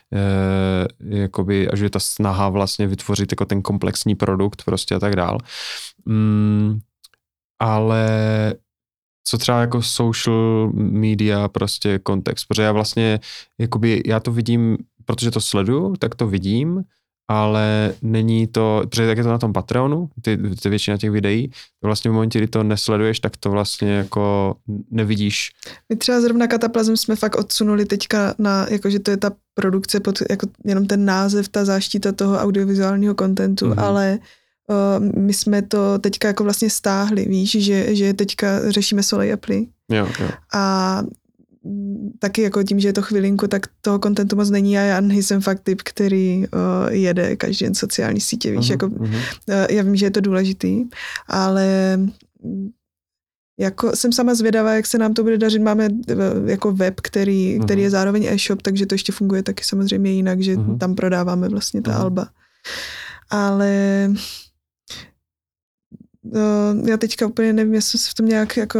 Speaker 1: uh, jakoby, ať už je ta snaha vlastně vytvořit jako ten komplexní produkt prostě a tak dál. Mm, ale co třeba jako social media prostě kontext, protože já vlastně, jakoby, já to vidím, protože to sleduju, tak to vidím, ale není to, protože tak je to na tom Patreonu, ty, ty většina těch videí, to vlastně v momentě, kdy to nesleduješ, tak to vlastně jako nevidíš.
Speaker 2: My třeba zrovna Kataplazm jsme fakt odsunuli teďka na, jakože to je ta produkce pod jako jenom ten název, ta záštita toho audiovizuálního kontentu, mm-hmm. ale my jsme to teďka jako vlastně stáhli, víš, že, že teďka řešíme Soleil Appli.
Speaker 1: Jo, jo. A
Speaker 2: taky jako tím, že je to chvilinku, tak toho kontentu moc není a já nejsem fakt typ, který uh, jede každý den sociální sítě, víš, uh-huh, jako uh-huh. Uh, já vím, že je to důležitý, ale jako jsem sama zvědavá, jak se nám to bude dařit. Máme jako web, který, uh-huh. který je zároveň e-shop, takže to ještě funguje taky samozřejmě jinak, že uh-huh. tam prodáváme vlastně ta uh-huh. alba. Ale uh, já teďka úplně nevím, jestli se v tom nějak jako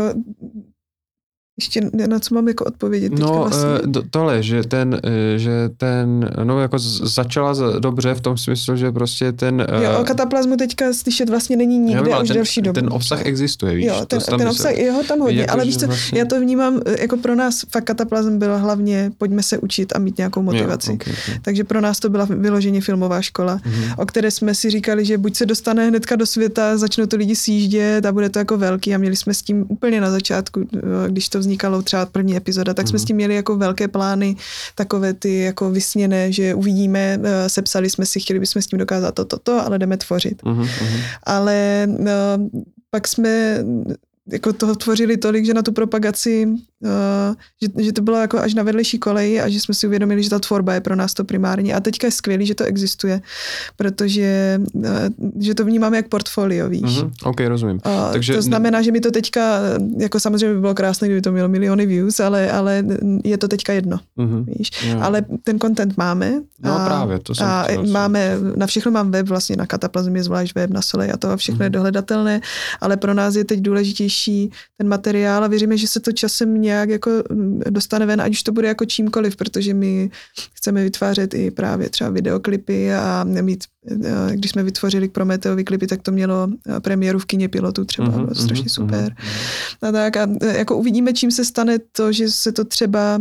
Speaker 2: ještě na co mám jako odpovědět.
Speaker 1: No
Speaker 2: vlastně.
Speaker 1: tohle, že ten, že ten, no jako začala dobře v tom smyslu, že prostě ten...
Speaker 2: Jo, o kataplazmu teďka slyšet vlastně není nikde jo, už
Speaker 1: ten,
Speaker 2: delší dobu.
Speaker 1: Ten obsah existuje, víš?
Speaker 2: Jo, ten, ten obsah, je ho tam hodně, jako, ale víš co, vlastně... já to vnímám, jako pro nás fakt kataplazm byla hlavně pojďme se učit a mít nějakou motivaci. Jo, okay, okay. Takže pro nás to byla vyloženě filmová škola, mm-hmm. o které jsme si říkali, že buď se dostane hnedka do světa, začnou to lidi sjíždět a bude to jako velký a měli jsme s tím úplně na začátku, když to vznikalo třeba první epizoda, tak jsme mm. s tím měli jako velké plány, takové ty jako vysněné, že uvidíme, sepsali jsme si, chtěli bychom s tím dokázat toto, to, to, ale jdeme tvořit. Mm. Ale no, pak jsme jako toho tvořili tolik, že na tu propagaci, uh, že, že to bylo jako až na vedlejší koleji a že jsme si uvědomili, že ta tvorba je pro nás to primární. A teďka je skvělý, že to existuje, protože uh, že to vnímáme jak portfolio, víš.
Speaker 1: Mm-hmm. Ok, rozumím.
Speaker 2: Uh, Takže to znamená, že mi to teďka, jako samozřejmě by bylo krásné, kdyby to mělo miliony views, ale, ale je to teďka jedno, mm-hmm. víš. Yeah. Ale ten content máme.
Speaker 1: No
Speaker 2: a,
Speaker 1: právě, to jsem
Speaker 2: a máme, na všechno mám web, vlastně na Kataplazm je zvlášť web, na Soleil a to a všechno mm-hmm. je dohledatelné, ale pro nás je teď důležitější ten materiál a věříme, že se to časem nějak jako dostane ven, ať už to bude jako čímkoliv, protože my chceme vytvářet i právě třeba videoklipy a mít, když jsme vytvořili k Prometeovi klipy, tak to mělo premiéru v kině Pilotů třeba, mm-hmm, bylo strašně mm-hmm, super. Mm-hmm. A tak a jako uvidíme, čím se stane to, že se to třeba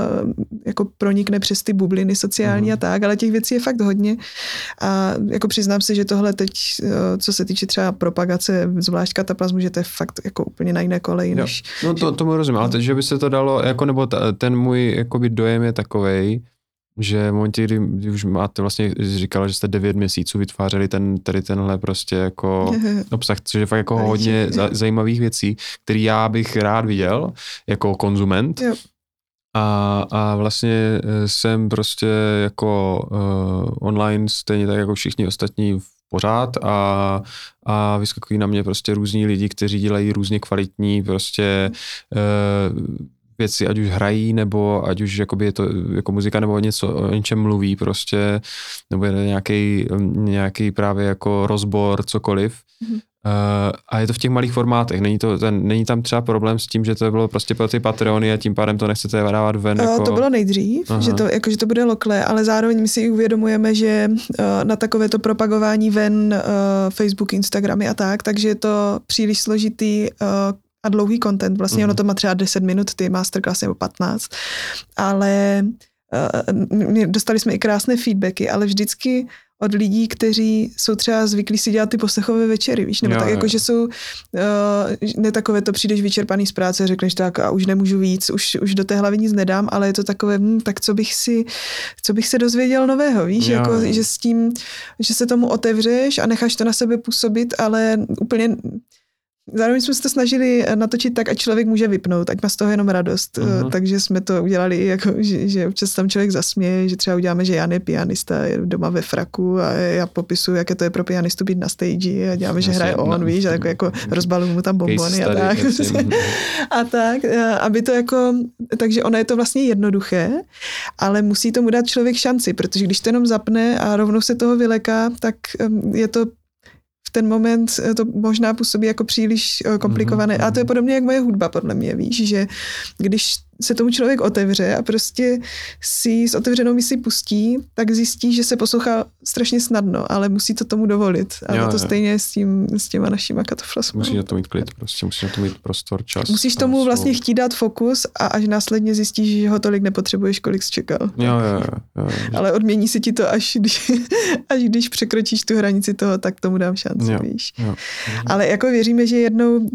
Speaker 2: jako pronikne přes ty bubliny sociální mm-hmm. a tak, ale těch věcí je fakt hodně a jako přiznám se, že tohle teď, co se týče třeba propagace, zvlášť Kataplazmu, že to je fakt jako úplně na jiné koleji. Než,
Speaker 1: no to, tomu rozumím, ale teď, že by se to dalo, jako nebo ta, ten můj jakoby dojem je takovej, že v momentě, kdy, kdy už máte vlastně říkala, že jste devět měsíců vytvářeli ten, tady tenhle prostě jako obsah, což je fakt jako hodně za, zajímavých věcí, který já bych rád viděl jako konzument. Jo. A, a vlastně jsem prostě jako uh, online stejně tak jako všichni ostatní pořád a, a vyskakují na mě prostě různí lidi, kteří dělají různě kvalitní prostě uh, věci, ať už hrají, nebo ať už jakoby je to jako muzika, nebo něco, o něčem mluví prostě, nebo je nějaký, nějaký právě jako rozbor, cokoliv. Mm-hmm. Uh, a je to v těch malých formátech. Není, to, ten, není tam třeba problém s tím, že to bylo prostě pro ty Patreony a tím pádem to nechcete dávat ven? Jako...
Speaker 2: To bylo nejdřív, že to, jako, že to bude lokle, ale zároveň my si uvědomujeme, že uh, na takovéto propagování ven uh, Facebook, Instagramy a tak, takže je to příliš složitý uh, a dlouhý content. Vlastně mm. ono to má třeba deset minut, ty masterclass nebo patnáct, ale uh, dostali jsme i krásné feedbacky, ale vždycky od lidí, kteří jsou třeba zvyklí si dělat ty poslechové večery, víš, nebo jo, tak, jako, že jsou uh, ne takové, to přijdeš vyčerpaný z práce a řekneš tak a už nemůžu víc, už, už do té hlavy nic nedám, ale je to takové, hm, tak co bych si, co bych se dozvěděl nového, víš, jo, jako, že s tím, že se tomu otevřeš a necháš to na sebe působit, ale úplně zároveň jsme se to snažili natočit tak, ať člověk může vypnout, ať má z toho jenom radost. Uh-huh. Takže jsme to udělali, jako, že, že občas tam člověk zasměje, že třeba uděláme, že Jan je pianista, je doma ve fraku a já popisuju, jaké to je pro pianistu být na stage a děláme, že hraje on, víš, a jako, jako rozbaluju mu tam bonbony a tak. A tak, aby to jako, takže ono je to vlastně jednoduché, ale musí tomu dát člověk šanci, protože když to jenom zapne a rovnou se toho vyleká, tak je to v ten moment to možná působí jako příliš komplikované. Mm-hmm. A to je podobně jak moje hudba, podle mě, víš, že když se tomu člověk otevře a prostě si s otevřenou myslí pustí, tak zjistí, že se poslouchá strašně snadno, ale musí to tomu dovolit. A jo, to jo. Stejně s, tím, s těma našima kataflasmama.
Speaker 1: Musí na to mít klid, prostě musí na to mít prostor, čas.
Speaker 2: Musíš tomu svou... vlastně chtít dát fokus a až následně zjistíš, že ho tolik nepotřebuješ, kolik jsi čekal.
Speaker 1: Jo, jo, jo, jo.
Speaker 2: Ale odmění si ti to, až když, až když překročíš tu hranici toho, tak tomu dám šanci, jo, víš. Jo. Ale jako věříme, že jednou uh,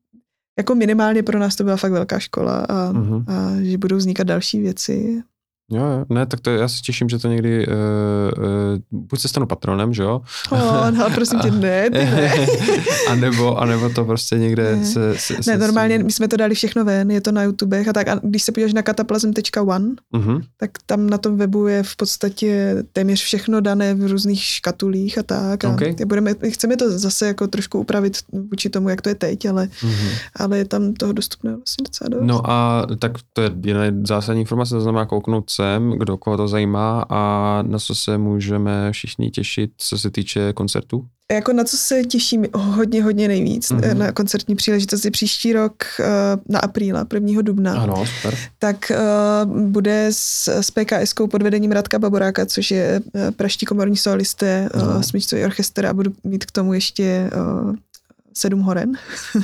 Speaker 2: jako minimálně pro nás to byla fakt velká škola a, uh-huh. a že budou vznikat další věci.
Speaker 1: Jo, jo, ne, tak to já se těším, že to někdy, uh, uh, buď se stanu patronem, že jo?
Speaker 2: Oh, no, prosím tě, ne, ty ne.
Speaker 1: a, nebo, a nebo to prostě někde ne. se, se...
Speaker 2: Ne,
Speaker 1: se
Speaker 2: normálně my jsme to dali všechno ven, je to na YouTube a tak. A když se podíváš na cataplasm tečka one, uh-huh. tak tam na tom webu je v podstatě téměř všechno dané v různých škatulích a tak. A
Speaker 1: okay.
Speaker 2: budeme, chceme to zase jako trošku upravit vůči tomu, jak to je teď, ale, uh-huh. ale je tam toho dostupného vlastně docela dost.
Speaker 1: No a tak to je jedna zásadní informace, to znamená kouknout sem, kdo koho to zajímá a na co se můžeme všichni těšit, co se týče koncertů?
Speaker 2: Jako na co se těším hodně, hodně nejvíc mm-hmm. na koncertní příležitosti příští rok na apríla, prvního dubna.
Speaker 1: Ano, super.
Speaker 2: Tak uh, bude s, s PKSkou pod vedením Radka Baboráka, což je praští komorní solisté, uh, no. smyčcový orchestr a budu mít k tomu ještě uh, sedm horen.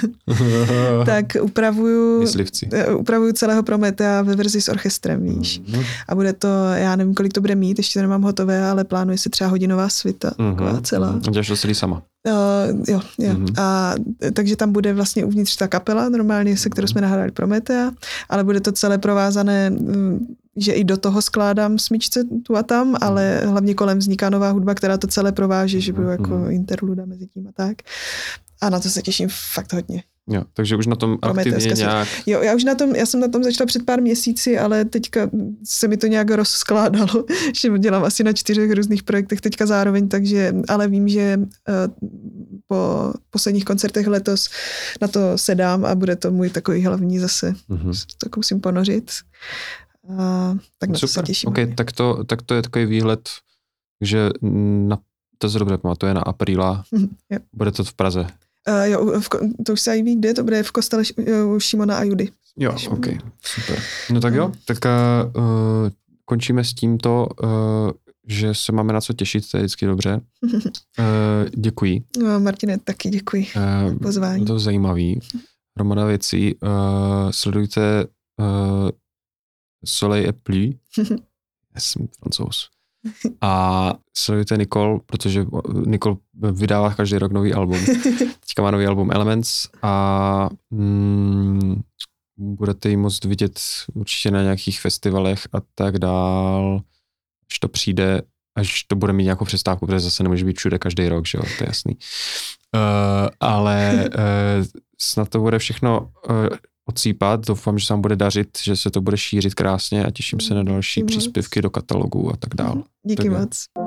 Speaker 2: tak upravuju, upravuju celého Prometea ve verzi s orchestrem, víš. Mm-hmm. A bude to, já nevím, kolik to bude mít, ještě to nemám hotové, ale plánuje se třeba hodinová svita, mm-hmm. taková celá.
Speaker 1: Mm-hmm. Děláš to celý sama?
Speaker 2: Uh, jo, jo. Mm-hmm. A takže tam bude vlastně uvnitř ta kapela, normálně, se kterou jsme nahrali Prometea, ale bude to celé provázané, že i do toho skládám smyčce tu a tam, ale hlavně kolem vzniká nová hudba, která to celé prováže, že budou jako interluda mezi tím a tak. A na to se těším fakt hodně.
Speaker 1: Jo, takže už na tom aktivně nějak...
Speaker 2: Jo, já už na tom, já jsem na tom začala před pár měsíci, ale teďka se mi to nějak rozskládalo, že dělám asi na čtyřech různých projektech teďka zároveň, takže, ale vím, že uh, po posledních koncertech letos na to sedám a bude to můj takový hlavní zase. Mm-hmm. Tak musím ponořit. Uh, tak na
Speaker 1: Super.
Speaker 2: to se těším.
Speaker 1: Okay, tak, to, tak to je takový výhled, že na, to se dobře pamatuje na apríla, mm, bude to v Praze.
Speaker 2: Uh, jo, v, to už se aj ví, kde to bude v kostele uh, Šimona a Judy.
Speaker 1: Jo, ok, super. No tak jo, tak uh, končíme s tímto, uh, že se máme na co těšit, to je vždycky dobře. Uh, děkuji.
Speaker 2: No, Martine, taky děkuji uh, za pozvání.
Speaker 1: To zajímavý. Hromada věcí. Uh, sledujte uh, Soleil et Pluie. Já jsem Francouz. A sledujte Nicole, protože Nicole vydává každý rok nový album. Teďka má nový album Elements a mm, budete ji moct vidět určitě na nějakých festivalech a tak dál, až to přijde, až to bude mít nějakou přestávku, protože zase nemůže být všude každý rok, že jo, to je jasný. Uh, ale uh, snad to bude všechno uh, odsýpat, doufám, že se vám bude dařit, že se to bude šířit krásně a těším se na další
Speaker 2: Díky
Speaker 1: příspěvky moc do katalogu a tak dále.
Speaker 2: Díky tak moc.